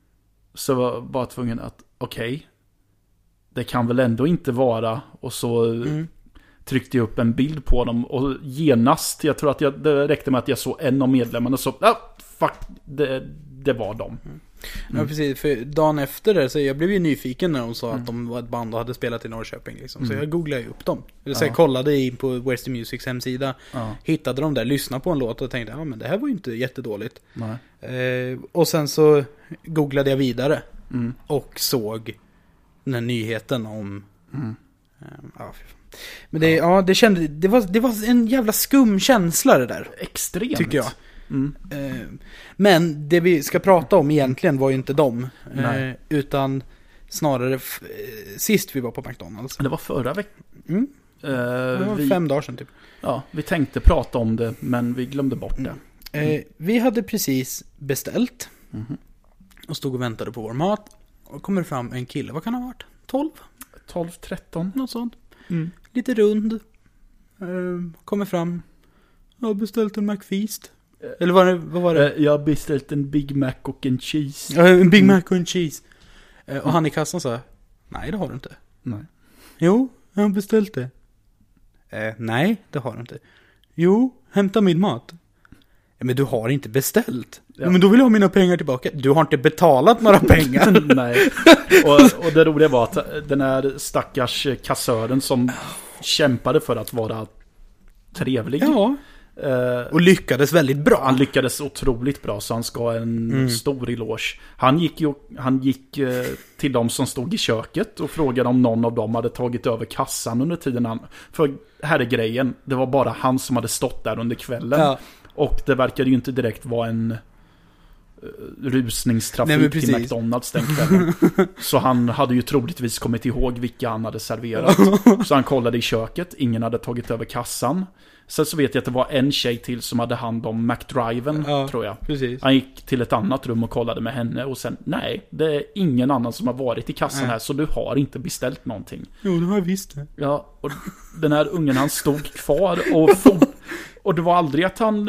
S1: så var jag bara tvungen att okej, det kan väl ändå inte vara, och så uh,
S2: Mm.
S1: tryckte jag upp en bild på dem och genast, jag tror att jag, det räckte med att jag såg en av medlemmarna så, ah, fuck, det, det var dem.
S2: Ja, precis. För dagen efter det så jag blev ju nyfiken när de sa att de var ett band och hade spelat i Norrköping. Liksom. Så
S1: Mm.
S2: jag googlade ju upp dem. Så
S1: Ja.
S2: jag kollade in på Where's the Musics hemsida.
S1: Ja,
S2: Hittade de där, lyssnade på en låt och tänkte ja men det här var ju inte jättedåligt.
S1: nej.
S2: Eh, och sen så googlade jag vidare.
S1: Mm.
S2: Och såg den här nyheten om...
S1: Mm.
S2: Eh, ja, fy fan. Men det, ja. det, kände, det, var, det var en jävla skum känsla det där.
S1: Extremt.
S2: Tycker jag.
S1: Mm.
S2: Eh, men det vi ska prata om egentligen var ju inte dem. Eh,
S1: Nej.
S2: utan snarare f- eh, sist vi var på McDonalds.
S1: Det var förra veckan.
S2: Mm.
S1: Eh,
S2: Det var
S1: vi,
S2: fem dagar sedan typ.
S1: ja, vi tänkte prata om det, men vi glömde bort det.
S2: Eh, vi hade precis beställt.
S1: Mhm.
S2: Och stod och väntade på vår mat. Och kommer fram en kille, vad kan det ha varit? tolv?
S1: tolv tretton.
S2: Något sånt.
S1: Mm.
S2: Lite rund. Eh, kommer fram. Jag har beställt en McFeast. Eller vad, det, vad var det?
S1: Eh, Jag har beställt en Big Mac och en cheese.
S2: Ja, en Big Mac och en cheese. Eh, och han i kassan sa, nej det har du inte.
S1: Nej.
S2: Jo, jag har beställt det. Eh, nej, det har du inte. Jo, hämta min mat. Ja, men du har inte beställt.
S1: Ja.
S2: Ja. Men då vill jag ha mina pengar tillbaka. Du har inte betalat några pengar.
S1: Nej. Och, och det roliga var att den här stackars kassören som kämpade för att vara trevlig.
S2: Ja,
S1: eh,
S2: och lyckades väldigt bra.
S1: Han lyckades otroligt bra, så han ska ha en
S2: Mm.
S1: stor eloge. Han gick, ju, han gick eh, till de som stod i köket och frågade om någon av dem hade tagit över kassan under tiden han... För här är grejen, det var bara han som hade stått där under kvällen.
S2: Ja.
S1: Och det verkade ju inte direkt vara en eh, rusningstrafik
S2: Nej, men
S1: till
S2: precis.
S1: McDonalds den kvällen. Så han hade ju troligtvis kommit ihåg vilka han hade serverat. Så han kollade i köket, ingen hade tagit över kassan. Sen så vet jag att det var en tjej till som hade hand om McDriven,
S2: Ja.
S1: tror jag.
S2: Precis.
S1: Han gick till ett annat rum och kollade med henne och sen, nej, det är ingen annan som har varit i kassan
S2: Nej.
S1: här, så du har inte beställt någonting.
S2: Jo, det har jag visst det.
S1: Ja, och den här ungen, han stod kvar och, for, och det var aldrig att han...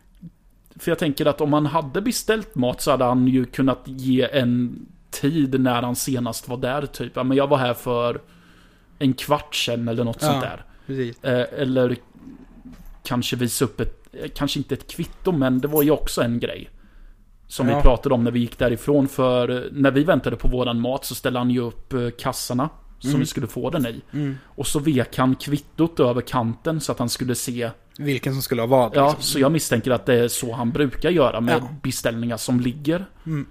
S1: För jag tänker att om han hade beställt mat så hade han ju kunnat ge en tid när han senast var där, typ. Ja, men jag var här för en kvart sedan eller något
S2: Ja.
S1: sånt där.
S2: Precis.
S1: Eh, eller kanske visa upp ett, eh, kanske inte ett kvitto, men det var ju också en grej som
S2: Ja.
S1: vi pratade om när vi gick därifrån. För eh, när vi väntade på våran mat så ställde han ju upp eh, kassarna som
S2: Mm.
S1: vi skulle få den i.
S2: Mm.
S1: Och så vek han kvittot över kanten så att han skulle se.
S2: Vilken som skulle ha vad.
S1: Ja,
S2: liksom.
S1: så jag misstänker att det är så han brukar göra med
S2: Ja.
S1: beställningar som ligger.
S2: Mm.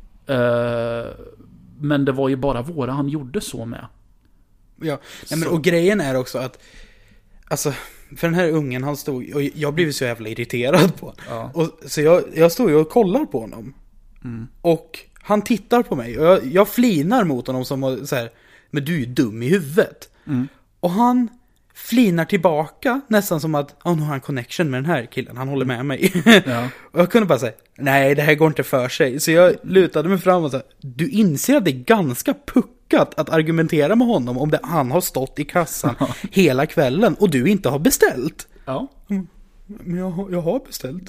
S1: Eh, men det var ju bara våra han gjorde så med.
S2: Ja, nej, men,
S1: Så-
S2: och grejen är också att alltså, för den här ungen han stod, och jag blev så jävla irriterad på
S1: Ja.
S2: och, så jag, jag stod ju och kollar på honom
S1: Mm.
S2: och han tittar på mig och jag, jag flinar mot honom som så här, men du är ju dum i huvudet.
S1: Mm.
S2: Och han flinar tillbaka nästan som att oh, nu har han connection med den här killen, han håller med mig.
S1: Ja.
S2: Och jag kunde bara säga, nej det här går inte för sig. Så jag lutade mig fram och sa, du inser att det är ganska puckat att argumentera med honom om det han har stått i kassan hela kvällen och du inte har beställt.
S1: Ja.
S2: Mm. Men jag, jag har beställt.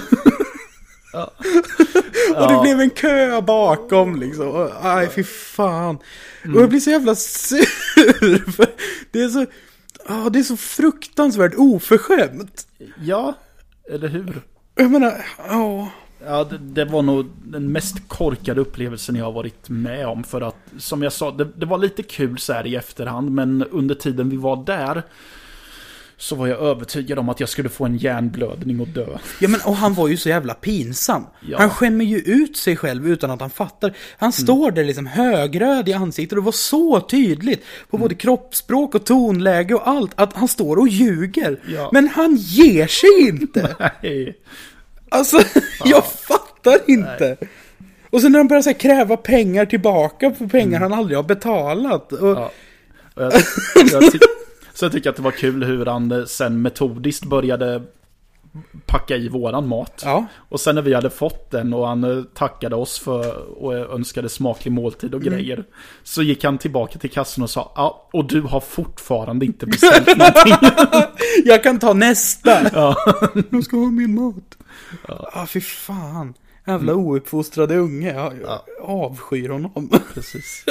S1: Ja.
S2: Och det blev en kö bakom liksom. Och, aj fy fan. Mm. Och jag blir så jävla sur. För det är så ah, det är så fruktansvärt oförskämt.
S1: Ja, eller hur?
S2: Jag menar, ja.
S1: Ja, det, det var nog den mest korkade upplevelsen jag har varit med om. För att, som jag sa, det, det var lite kul så här i efterhand. Men under tiden vi var där så var jag övertygad om att jag skulle få en hjärnblödning och dö.
S2: Ja, men och han var ju så jävla pinsam.
S1: Ja.
S2: Han skämmer ju ut sig själv utan att han fattar. Han står mm. där liksom högröd i ansiktet och det var så tydligt på mm. både kroppsspråk och tonläge och allt att han står och ljuger. Ja. Men han ger sig inte. Nej. Alltså, ja. jag fattar inte. Nej. Och sen när han börjar så här, kräva pengar tillbaka på pengar mm. han aldrig har betalat. Och...
S1: Ja. Och jag, jag tyck, så jag tycker att det var kul hur han sen metodiskt började packa i våran mat. Ja. Och sen när vi hade fått den och han tackade oss för och önskade smaklig måltid och mm. grejer, så gick han tillbaka till kassan och sa, ja, och du har fortfarande inte beställt någonting.
S2: Jag kan ta nästa.
S1: Ja.
S2: Jag ska ha min mat. Ja, ah, fy fan. Jävla mm. ouppfostrade unge. Jag, jag ja. avskyr honom.
S1: Precis.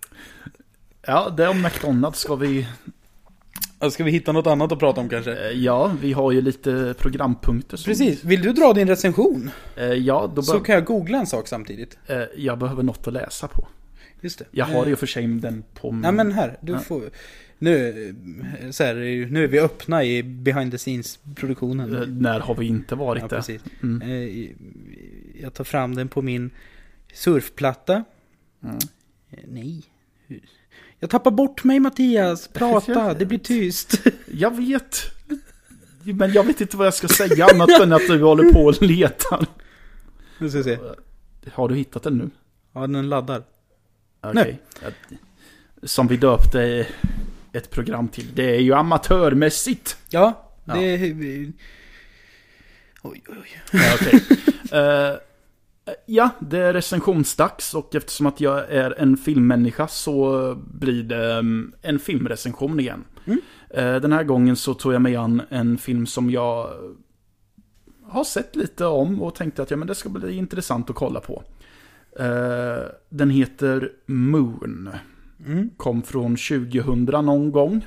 S1: Ja, det om McDonald's ska vi...
S2: Ska vi hitta något annat att prata om kanske?
S1: Ja, vi har ju lite programpunkter. Som...
S2: Precis, vill du dra din recension?
S1: Ja, då
S2: så
S1: bör...
S2: kan jag googla en sak samtidigt.
S1: Jag behöver något att läsa på.
S2: Just det.
S1: Jag har ju för sig den på...
S2: Nej, men här, du ja. får... Nu, så här, nu är vi öppna i behind the scenes-produktionen.
S1: När har vi inte varit
S2: ja,
S1: det?
S2: Precis. Mm. Jag tar fram den på min surfplatta. Mm. Nej. Jag tappar bort mig, Mattias. Prata, det blir tyst.
S1: Jag vet. Men jag vet inte vad jag ska säga annat än att du håller på och letar.
S2: Nu ska vi se.
S1: Har du hittat den nu?
S2: Ja, den laddar.
S1: Okej. Okay. Som vi döpte ett program till. Det är ju amatörmässigt.
S2: Ja, det är... Ja. Oj, oj, oj.
S1: Ja, okej. Okay. uh, Ja, det är recensionsdags och eftersom att jag är en filmmänniska så blir det en filmrecension igen. Mm. Den här gången så tog jag mig an en film som jag har sett lite om och tänkte att ja, men det ska bli intressant att kolla på. Den heter Moon. Mm. Kom från tjugohundra någon gång.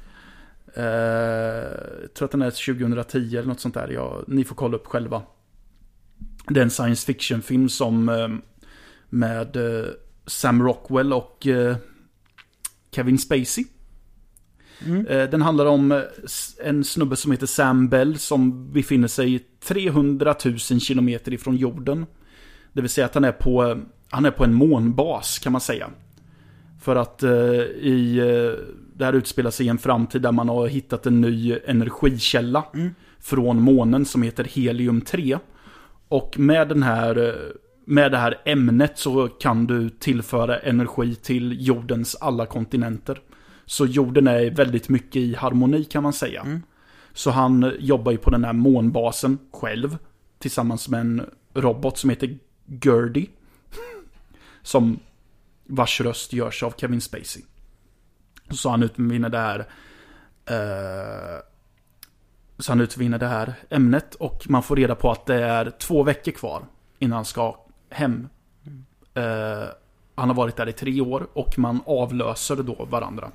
S1: Jag tror att den är tjugohundratio eller något sånt där. Ja, ni får kolla upp själva. Det är en science fiction film som med Sam Rockwell och Kevin Spacey. Mm. Den handlar om en snubbe som heter Sam Bell som befinner sig trehundratusen kilometer ifrån jorden. Det vill säga att han är på, han är på en månbas kan man säga. För att i, det här utspelar sig i en framtid där man har hittat en ny energikälla mm. från månen som heter helium tre. Och med, den här, med det här ämnet så kan du tillföra energi till jordens alla kontinenter. Så jorden är väldigt mycket i harmoni kan man säga. Mm. Så han jobbar ju på den här månbasen själv. Tillsammans med en robot som heter Gertie. Som vars röst görs av Kevin Spacey. Så han utvinner det här... Uh, Så han utvinner det här ämnet och man får reda på att det är två veckor kvar innan han ska hem. Mm. Uh, han har varit där i tre år och man avlöser då varandra.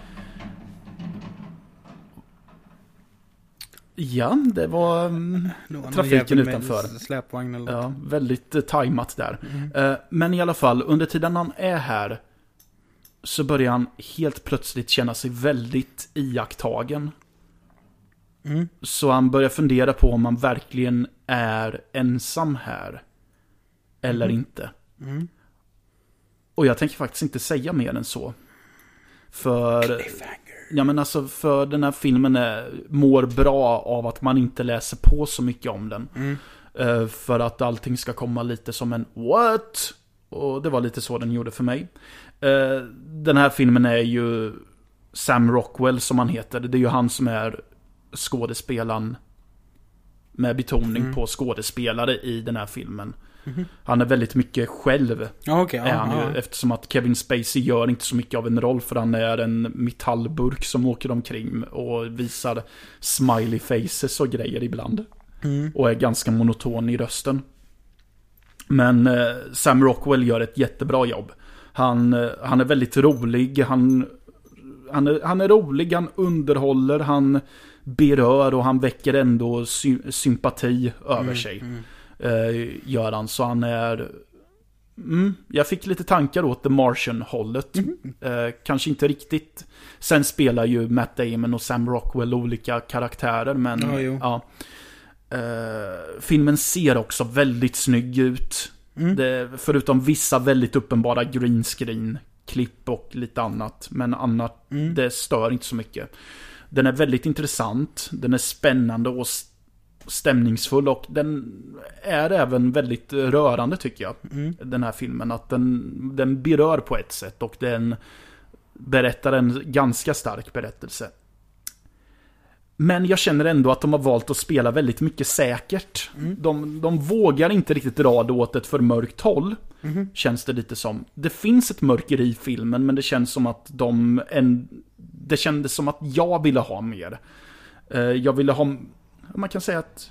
S1: Ja, det var um, trafiken utanför.
S2: Släpvagn eller
S1: ja, väldigt uh, tajmat där. Mm. Uh, men i alla fall, under tiden han är här så börjar han helt plötsligt känna sig väldigt iakttagen. Mm. Så han börjar fundera på om han verkligen är ensam här eller mm. inte. Mm. Och jag tänker faktiskt inte säga mer än så. För ja, men alltså, för den här filmen är, mår bra av att man inte läser på så mycket om den. Mm. Uh, för att allting ska komma lite som en what? Och det var lite så den gjorde för mig. Uh, den här filmen är ju Sam Rockwell som han heter. Det är ju han som är skådespelaren med betoning mm. på skådespelare i den här filmen. Mm. Han är väldigt mycket själv.
S2: Okay,
S1: är han
S2: ja,
S1: ju, eftersom att Kevin Spacey gör inte så mycket av en roll, för han är en metallburk som åker omkring och visar smiley faces och grejer ibland. Mm. Och är ganska monoton i rösten. Men eh, Sam Rockwell gör ett jättebra jobb. Han, eh, han är väldigt rolig. Han, han, är, han är rolig, han underhåller, han berör och han väcker ändå sy- sympati över mm, sig. Mm. Eh, gör han. Så han är... Mm, jag fick lite tankar åt The Martian-hållet. Mm. Eh, kanske inte riktigt. Sen spelar ju Matt Damon och Sam Rockwell olika karaktärer. Men ja, ja. Uh, filmen ser också väldigt snygg ut. Mm. Det, förutom vissa väldigt uppenbara green screen klipp och lite annat. Men annat, mm. det stör inte så mycket. Den är väldigt intressant. Den är spännande och stämningsfull. Och den är även väldigt rörande, tycker jag. Mm. Den här filmen. Att den, den berör på ett sätt. Och den berättar en ganska stark berättelse. Men jag känner ändå att de har valt att spela väldigt mycket säkert. Mm. De, de vågar inte riktigt dra det åt ett för mörkt håll. Mm. Känns det lite som. Det finns ett mörker i filmen, men det känns som att de... En, det kändes som att jag ville ha mer. Uh, jag ville ha... Man kan säga att...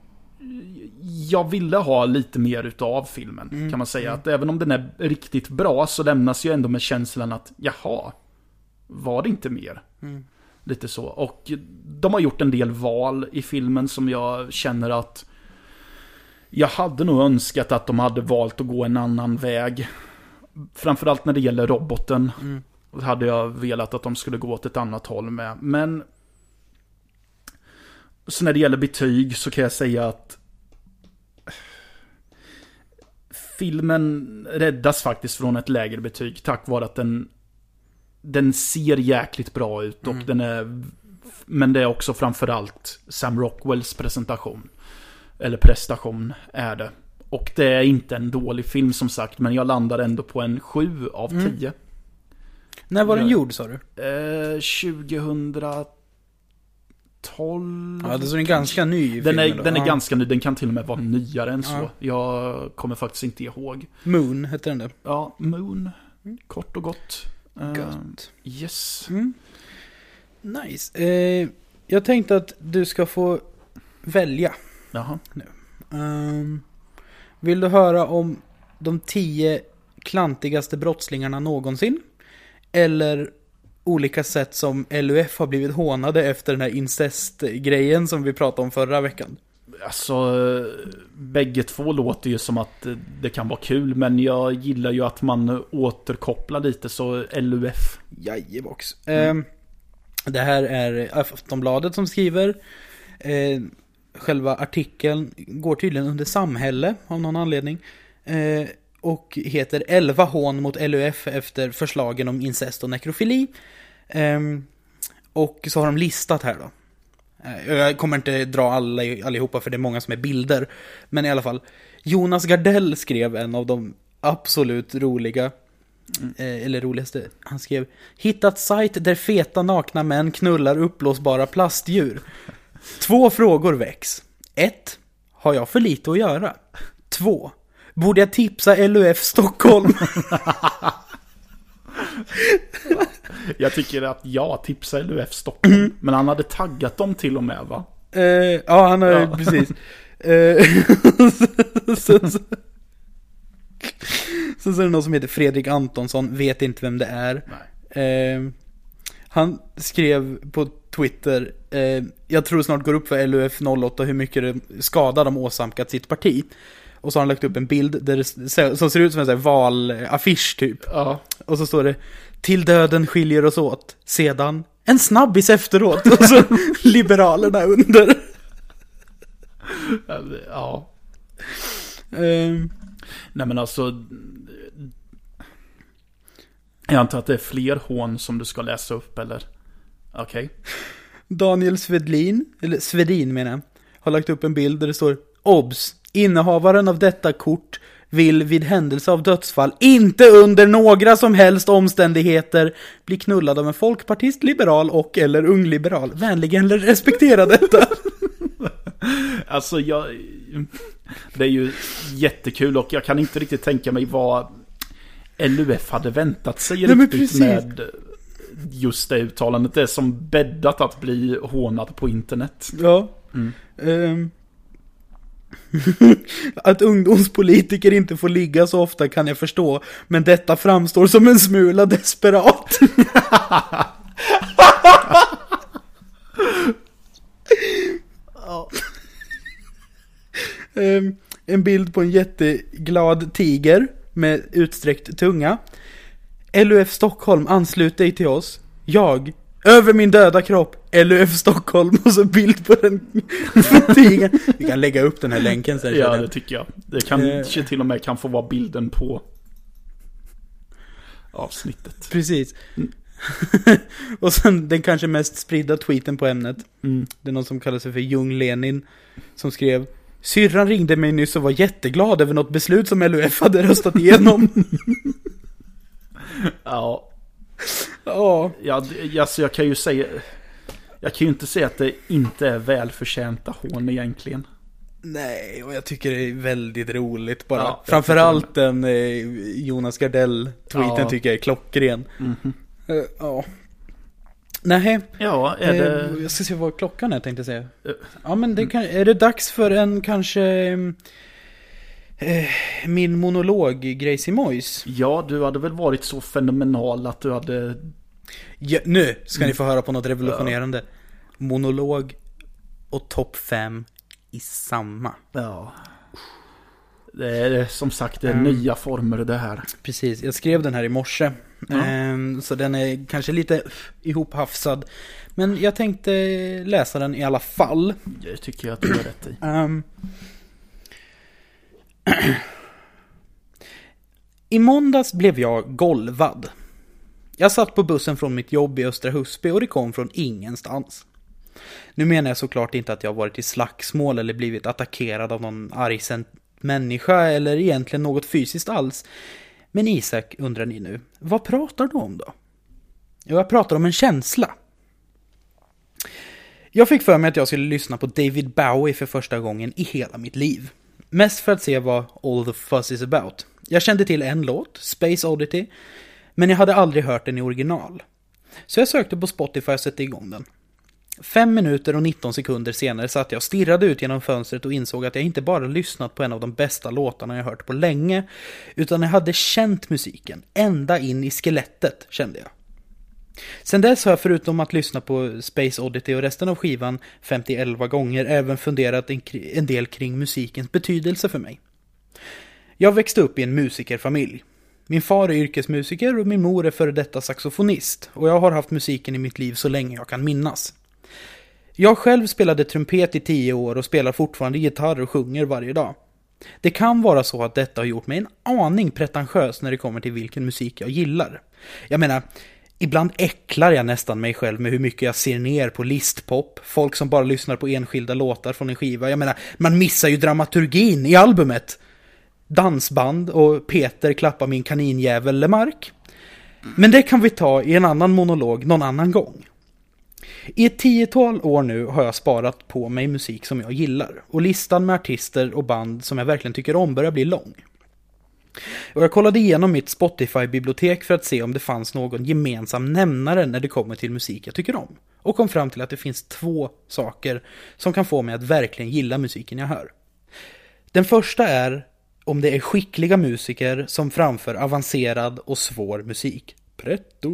S1: Jag ville ha lite mer utav filmen. Mm. Kan man säga. Mm. Att även om den är riktigt bra så lämnas jag ändå med känslan att... Jaha, var det inte mer? Mm. Lite så. Och de har gjort en del val i filmen som jag känner att jag hade nog önskat att de hade valt att gå en annan väg. Framförallt när det gäller roboten. Mm. Hade jag velat att de skulle gå åt ett annat håll med. Men så när det gäller betyg så kan jag säga att filmen räddas faktiskt från ett lägre betyg tack vare att den Den ser jäkligt bra ut och mm. den är, men det är också framförallt Sam Rockwells presentation eller prestation är det. Och det är inte en dålig film som sagt, men jag landar ändå på en sju av tio. Mm.
S2: När var den gjord, sa du?
S1: Eh, tjugohundratolv.
S2: Ja, det är så en ganska ny
S1: den
S2: film.
S1: Är, den är ja. ganska ny, den kan till och med vara nyare än så. Ja. Jag kommer faktiskt inte ihåg.
S2: Moon heter den där.
S1: Ja, Moon. Kort och gott.
S2: Gott.
S1: Uh, yes.
S2: Mm. Nice. Eh, jag tänkte att du ska få välja.
S1: Jaha.
S2: Nu. Um, vill du höra om de tio klantigaste brottslingarna någonsin? Eller olika sätt som L U F har blivit hånade efter den här incest-grejen som vi pratade om förra veckan?
S1: Alltså, bägge två låter ju som att det kan vara kul, men jag gillar ju att man återkopplar lite, så L U F.
S2: Jajebox. Mm. Eh, det här är Aftonbladet som skriver. Eh, själva artikeln går tydligen under samhälle av någon anledning. Eh, och heter elva hån mot L U F efter förslagen om incest och nekrofili. Eh, och så har de listat här då. Jag kommer inte dra alla, allihopa för det är många som är bilder. Men i alla fall, Jonas Gardell skrev en av de absolut roliga mm. eh, eller roligaste. Han skrev: hittat sajt där feta nakna män knullar uppblåsbara plastdjur. Två frågor väcks. Ett, har jag för lite att göra? Två, borde jag tipsa L U F Stockholm?
S1: Jag tycker att jag tipsar L U F Stockholm. Mm. Men han hade taggat dem till och med, va?
S2: Uh, ja, han har ja. precis. uh, så, så, så. så, så är det någon som heter Fredrik Antonsson. Vet inte vem det är. uh, Han skrev på Twitter: uh, jag tror snart går upp för L U F noll åtta hur mycket det skadar de åsamkat sitt parti. Och så har han lagt upp en bild där det, som ser ut som en sån här valaffisch typ.
S1: Ja.
S2: Och så står det: till döden skiljer oss åt. Sedan en snabbis efteråt. Och så Liberalerna under.
S1: Ja.
S2: Um,
S1: Nej men alltså, jag antar att det är fler hån som du ska läsa upp, eller? Okej. Okay.
S2: Daniel Svedlin, eller Svedin menar jag, har lagt upp en bild där det står: obs, innehavaren av detta kort vill vid händelse av dödsfall inte under några som helst omständigheter bli knullad av en folkpartist, liberal och eller ungliberal. Vänligen respektera detta.
S1: Alltså jag... Det är ju jättekul och jag kan inte riktigt tänka mig vad L U F hade väntat sig
S2: Nej,
S1: riktigt med just det uttalandet. Det är som bäddat att bli hånad på internet.
S2: Ja. Mm. Um. Att ungdomspolitiker inte får ligga så ofta kan jag förstå, men detta framstår som en smula desperat. Ja. um, en bild på en jätteglad tiger med utsträckt tunga. L U F Stockholm, anslut dig till oss. Jag, över min döda kropp, L U F Stockholm, och så bild på den tigern. Vi kan lägga upp den här länken sen.
S1: Ja, det tycker jag. Det kanske eh. till och med kan få vara bilden på avsnittet.
S2: Precis. Mm. Och sen den kanske mest spridda tweeten på ämnet. Mm. Det är någon som kallar sig för Jung Lenin som skrev: Syrran ringde mig nyss och var jätteglad över något beslut som L U F hade röstat igenom.
S1: Ja.
S2: Ja.
S1: Ja, alltså jag kan ju säga, jag kan ju inte säga att det inte är välförtjänta hån egentligen.
S2: Nej, och jag tycker det är väldigt roligt bara.
S1: Ja,
S2: framförallt den eh, Jonas Gardell-tweeten ja. tycker jag är klockren.
S1: Mm-hmm.
S2: Uh, ja. Nej.
S1: Ja, är det...
S2: uh, jag ska se vad klockan är, tänkte jag säga. Uh. Ja, men det kan... är det dags för en kanske... Uh, min monolog, Gracie Moyes.
S1: Ja, du hade väl varit så fenomenal att du hade...
S2: Ja, nu ska mm. ni få höra på något revolutionerande. Ja. Monolog och topp fem i samma.
S1: Ja. Det är som sagt det är mm. nya former det här.
S2: Precis, jag skrev den här i morse. Ja. Um, så den är kanske lite ihophafsad. Men jag tänkte läsa den i alla fall.
S1: Det tycker jag att du har rätt i.
S2: Um, I måndags blev jag golvad. Jag satt på bussen från mitt jobb i Östra Husby och det kom från ingenstans. Nu menar jag såklart inte att jag varit i slagsmål eller blivit attackerad av någon argsint människa eller egentligen något fysiskt alls. Men Isak, undrar ni nu, vad pratar du om då? Jo, jag pratar om en känsla. Jag fick för mig att jag skulle lyssna på David Bowie för första gången i hela mitt liv. Mest för att se vad All the Fuzz is about. Jag kände till en låt, Space Oddity, men jag hade aldrig hört den i original. Så jag sökte på Spotify och satte igång den. Fem minuter och nitton sekunder senare satt jag och stirrade ut genom fönstret och insåg att jag inte bara lyssnat på en av de bästa låtarna jag hört på länge, utan jag hade känt musiken, ända in i skelettet, kände jag. Sen dess har jag förutom att lyssna på Space Oddity och resten av skivan femtioelva gånger även funderat en del kring musikens betydelse för mig. Jag växte upp i en musikerfamilj. Min far är yrkesmusiker och min mor är före detta saxofonist, och jag har haft musiken i mitt liv så länge jag kan minnas. Jag själv spelade trumpet i tio år och spelar fortfarande gitarr och sjunger varje dag. Det kan vara så att detta har gjort mig en aning pretentiös när det kommer till vilken musik jag gillar. Jag menar, ibland äcklar jag nästan mig själv med hur mycket jag ser ner på listpop, folk som bara lyssnar på enskilda låtar från en skiva. Jag menar, man missar ju dramaturgin i albumet. Dansband och Peter klappar min kaninjävel Lemark. Men det kan vi ta i en annan monolog någon annan gång. I ett tiotal år nu har jag sparat på mig musik som jag gillar, och listan med artister och band som jag verkligen tycker om börjar bli lång. Och jag kollade igenom mitt Spotify-bibliotek för att se om det fanns någon gemensam nämnare när det kommer till musik jag tycker om, och kom fram till att det finns två saker som kan få mig att verkligen gilla musiken jag hör. Den första är om det är skickliga musiker som framför avancerad och svår musik. Pretto!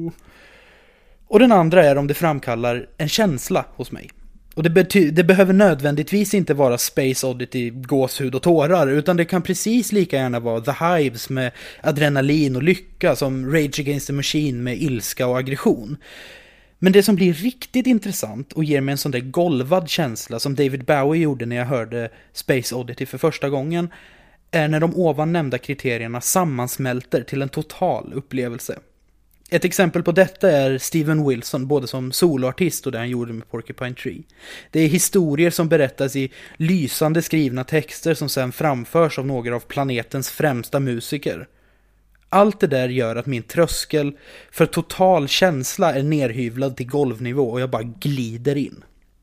S2: Och den andra är om det framkallar en känsla hos mig. Och det, bety- det behöver nödvändigtvis inte vara Space Oddity, gåshud och tårar, utan det kan precis lika gärna vara The Hives med adrenalin och lycka, som Rage Against the Machine med ilska och aggression. Men det som blir riktigt intressant och ger mig en sån där golvad känsla som David Bowie gjorde när jag hörde Space Oddity för första gången är när de ovan nämnda kriterierna sammansmälter till en total upplevelse. Ett exempel på detta är Steven Wilson, både som soloartist och det han gjorde med Porcupine Tree. Det är historier som berättas i lysande skrivna texter som sedan framförs av några av planetens främsta musiker. Allt det där gör att min tröskel för total känsla är nerhyvlad till golvnivå och jag bara glider in.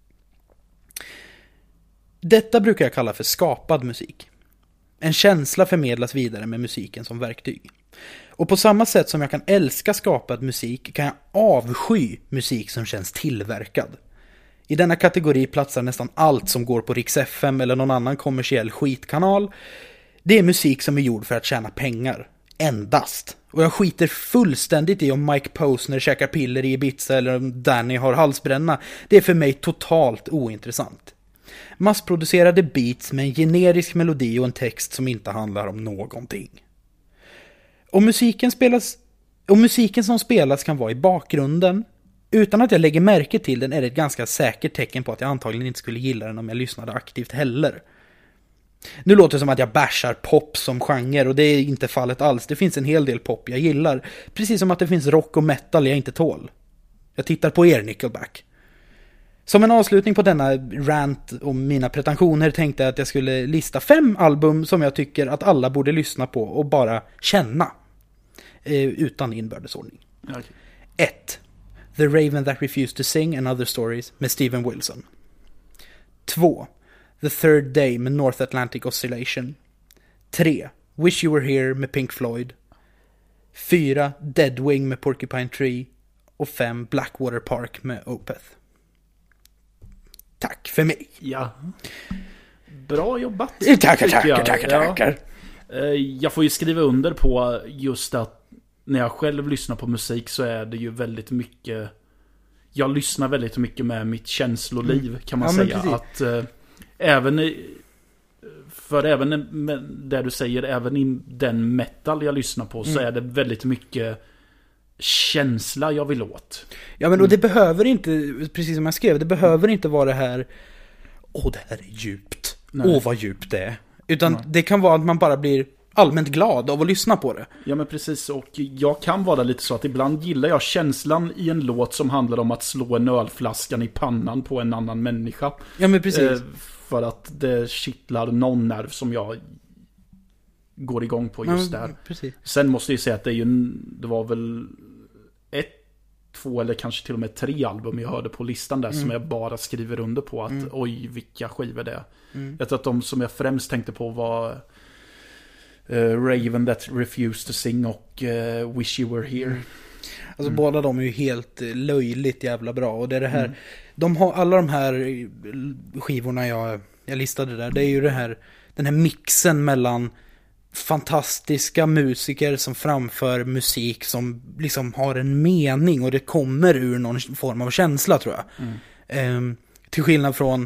S2: Detta brukar jag kalla för skapad musik. En känsla förmedlas vidare med musiken som verktyg. Och på samma sätt som jag kan älska skapad musik kan jag avsky musik som känns tillverkad. I denna kategori platsar nästan allt som går på Rix F M eller någon annan kommersiell skitkanal. Det är musik som är gjord för att tjäna pengar. Endast. Och jag skiter fullständigt i om Mike Posner käkar piller i Ibiza eller om Danny har halsbränna. Det är för mig totalt ointressant. Massproducerade beats med en generisk melodi och en text som inte handlar om någonting. Och musiken spelas, och musiken som spelas kan vara i bakgrunden. Utan att jag lägger märke till den är det ett ganska säkert tecken på att jag antagligen inte skulle gilla den om jag lyssnade aktivt heller. Nu låter det som att jag bashar pop som genre och det är inte fallet alls. Det finns en hel del pop jag gillar. Precis som att det finns rock och metal jag inte tål. Jag tittar på er Nickelback. Som en avslutning på denna rant om mina pretensioner tänkte jag att jag skulle lista fem album som jag tycker att alla borde lyssna på och bara känna. Eh, utan inbördesordning.
S1: Okay.
S2: ett. The Raven That Refused to Sing and Other Stories med Steven Wilson. två. The Third Day med North Atlantic Oscillation. tre. Wish You Were Here med Pink Floyd. fyra. Deadwing med Porcupine Tree. Och fem. Blackwater Park med Opeth. Tack för mig.
S1: Ja. Bra jobbat.
S2: Tackar, tackar, tackar, tackar.
S1: Ja. Jag får ju skriva under på just att när jag själv lyssnar på musik så är det ju väldigt mycket. Jag lyssnar väldigt mycket med mitt känsloliv kan man ja, säga. Att äh, även i, för även där du säger, även i den metal jag lyssnar på mm. så är det väldigt mycket känsla jag vill åt.
S2: Ja, men och det behöver inte, precis som jag skrev, det behöver inte vara det här åh, det här är djupt. Nej. Åh, vad djupt det är. Utan Nej. det kan vara att man bara blir allmänt glad av att lyssna på det.
S1: Ja, men precis. Och jag kan vara lite så att ibland gillar jag känslan i en låt som handlar om att slå en ölflaskan i pannan på en annan människa.
S2: Ja, men precis. Eh,
S1: för att det kittlar någon nerv som jag går igång på just ja, där.
S2: Precis.
S1: Sen måste jag säga att det är ju, det var väl ett, två eller kanske till och med tre album jag hörde på listan där mm. som jag bara skriver under på att mm. oj, vilka skivor det är. Mm. Jag tror att de som jag främst tänkte på var uh, Raven That Refused to Sing och uh, Wish You Were Here. Mm.
S2: Alltså mm. båda de är ju helt löjligt jävla bra. Och det är det här, mm. de har alla de här skivorna jag, jag listade där, det är ju det här, den här mixen mellan fantastiska musiker som framför musik som liksom har en mening och det kommer ur någon form av känsla, tror jag. Mm. Ehm, till skillnad från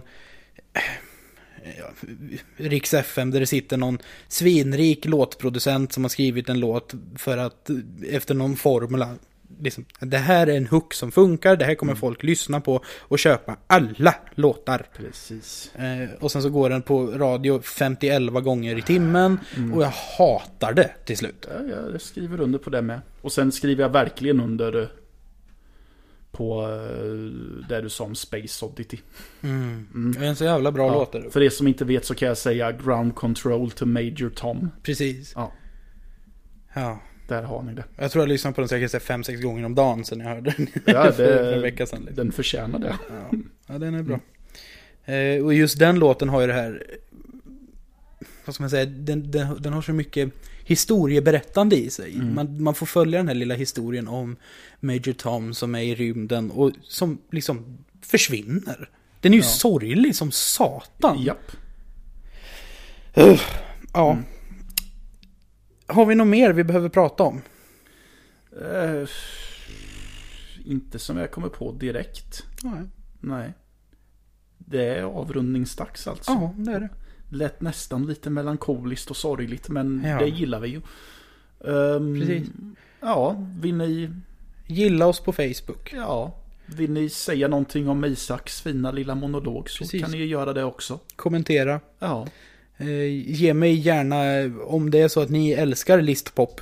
S2: ja, Rix F M där det sitter någon svinrik låtproducent som har skrivit en låt för att efter någon formula liksom, det här är en hook som funkar, det här kommer mm. folk lyssna på och köpa alla låtar.
S1: Precis.
S2: Eh, och sen så går den på radio femtioelva gånger i timmen mm. och jag hatar det till slut.
S1: Ja, jag skriver under på det med. Och sen skriver jag verkligen under på där du sa om Space Oddity.
S2: Mm. Mm. Det är en så jävla bra
S1: ja.
S2: låt där.
S1: För er som inte vet så kan jag säga Ground Control to Major Tom.
S2: Precis.
S1: Ja.
S2: Ja.
S1: Där har ni det.
S2: Jag tror jag lyssnade på den säkert fem sex gånger om dagen sen jag hörde den.
S1: Ja, det,
S2: för en vecka sedan. Liksom.
S1: Den förtjänar det.
S2: Ja, ja den är bra. Mm. Eh, och just den låten har ju det här, vad ska man säga, den, den, den har så mycket historieberättande i sig. Mm. Man, man får följa den här lilla historien om Major Tom som är i rymden och som liksom försvinner. Den är ju ja. sorglig som satan.
S1: Japp.
S2: Uh, ja. Mm. Har vi något mer vi behöver prata om?
S1: Uh, inte som jag kommer på direkt.
S2: Nej.
S1: Nej. Det är avrundningsdags alltså.
S2: Ja, det är det.
S1: Lät nästan lite melankoliskt och sorgligt, men
S2: ja.
S1: det gillar vi ju. Um,
S2: Precis.
S1: Ja, vill ni...
S2: Gilla oss på Facebook.
S1: Ja, vill ni säga någonting om Isaks fina lilla monolog så
S2: Precis.
S1: kan ni ju göra det också.
S2: Kommentera.
S1: Ja.
S2: Eh, ge mig gärna, om det är så att ni älskar listpop,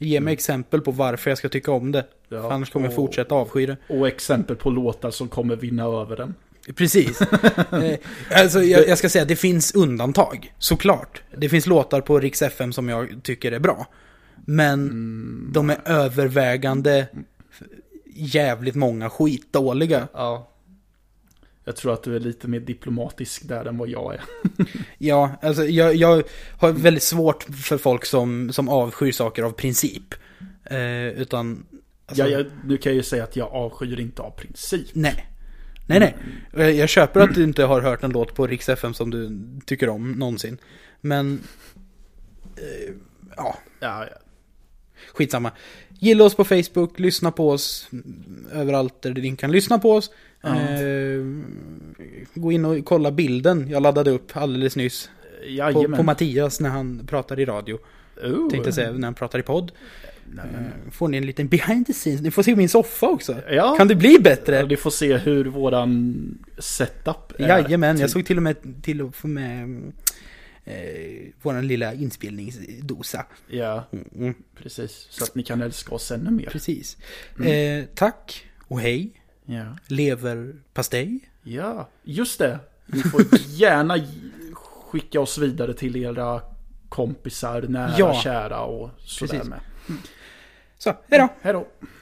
S2: Ge mig exempel på varför jag ska tycka om det.
S1: Ja,
S2: För annars kommer jag
S1: och-
S2: fortsätta avsky det.
S1: Och exempel på låtar som kommer vinna över den.
S2: Precis. eh, alltså, jag, jag ska säga att det finns undantag, såklart. Det finns låtar på Rix F M som jag tycker är bra. Men
S1: Mm.
S2: de är övervägande jävligt många skitdåliga.
S1: Ja. Jag tror att du är lite mer diplomatisk där än vad jag är.
S2: Ja, alltså jag, jag har väldigt svårt för folk som, som avskyr saker av princip. Eh, utan... Alltså,
S1: Ja, jag, nu kan jag ju säga att jag avskyr inte av princip.
S2: Nej. Nej, nej. Eh, Jag köper att du inte har hört en låt på Rix F M som du tycker om någonsin. Men... Eh, ja,
S1: Ja, ja.
S2: skitsamma. Gilla oss på Facebook, lyssna på oss överallt där ni kan lyssna på oss.
S1: Ja.
S2: Eh, gå in och kolla bilden jag laddade upp alldeles nyss på,
S1: Jajamän.
S2: på Mattias när han pratar i radio.
S1: Oh.
S2: Tänkte säga när han pratar i podd.
S1: Nej, men-
S2: Eh, får ni en liten behind the scenes. Ni får se min soffa också.
S1: Ja.
S2: Kan det bli bättre?
S1: Ja, du får se hur våran setup är.
S2: Jajamän, jag
S1: Typ.
S2: såg till och med till att få med eh, våran lilla inspelningsdosa.
S1: Ja,
S2: Mm,
S1: precis. Så att ni kan älska oss ännu mer.
S2: precis. Eh, tack och hej.
S1: Ja.
S2: Leverpastej.
S1: Ja, just det. Ni får gärna skicka oss vidare till era kompisar, nära,
S2: Ja.
S1: kära och sådär
S2: Precis.
S1: med.
S2: Så, hej då.
S1: Hej då.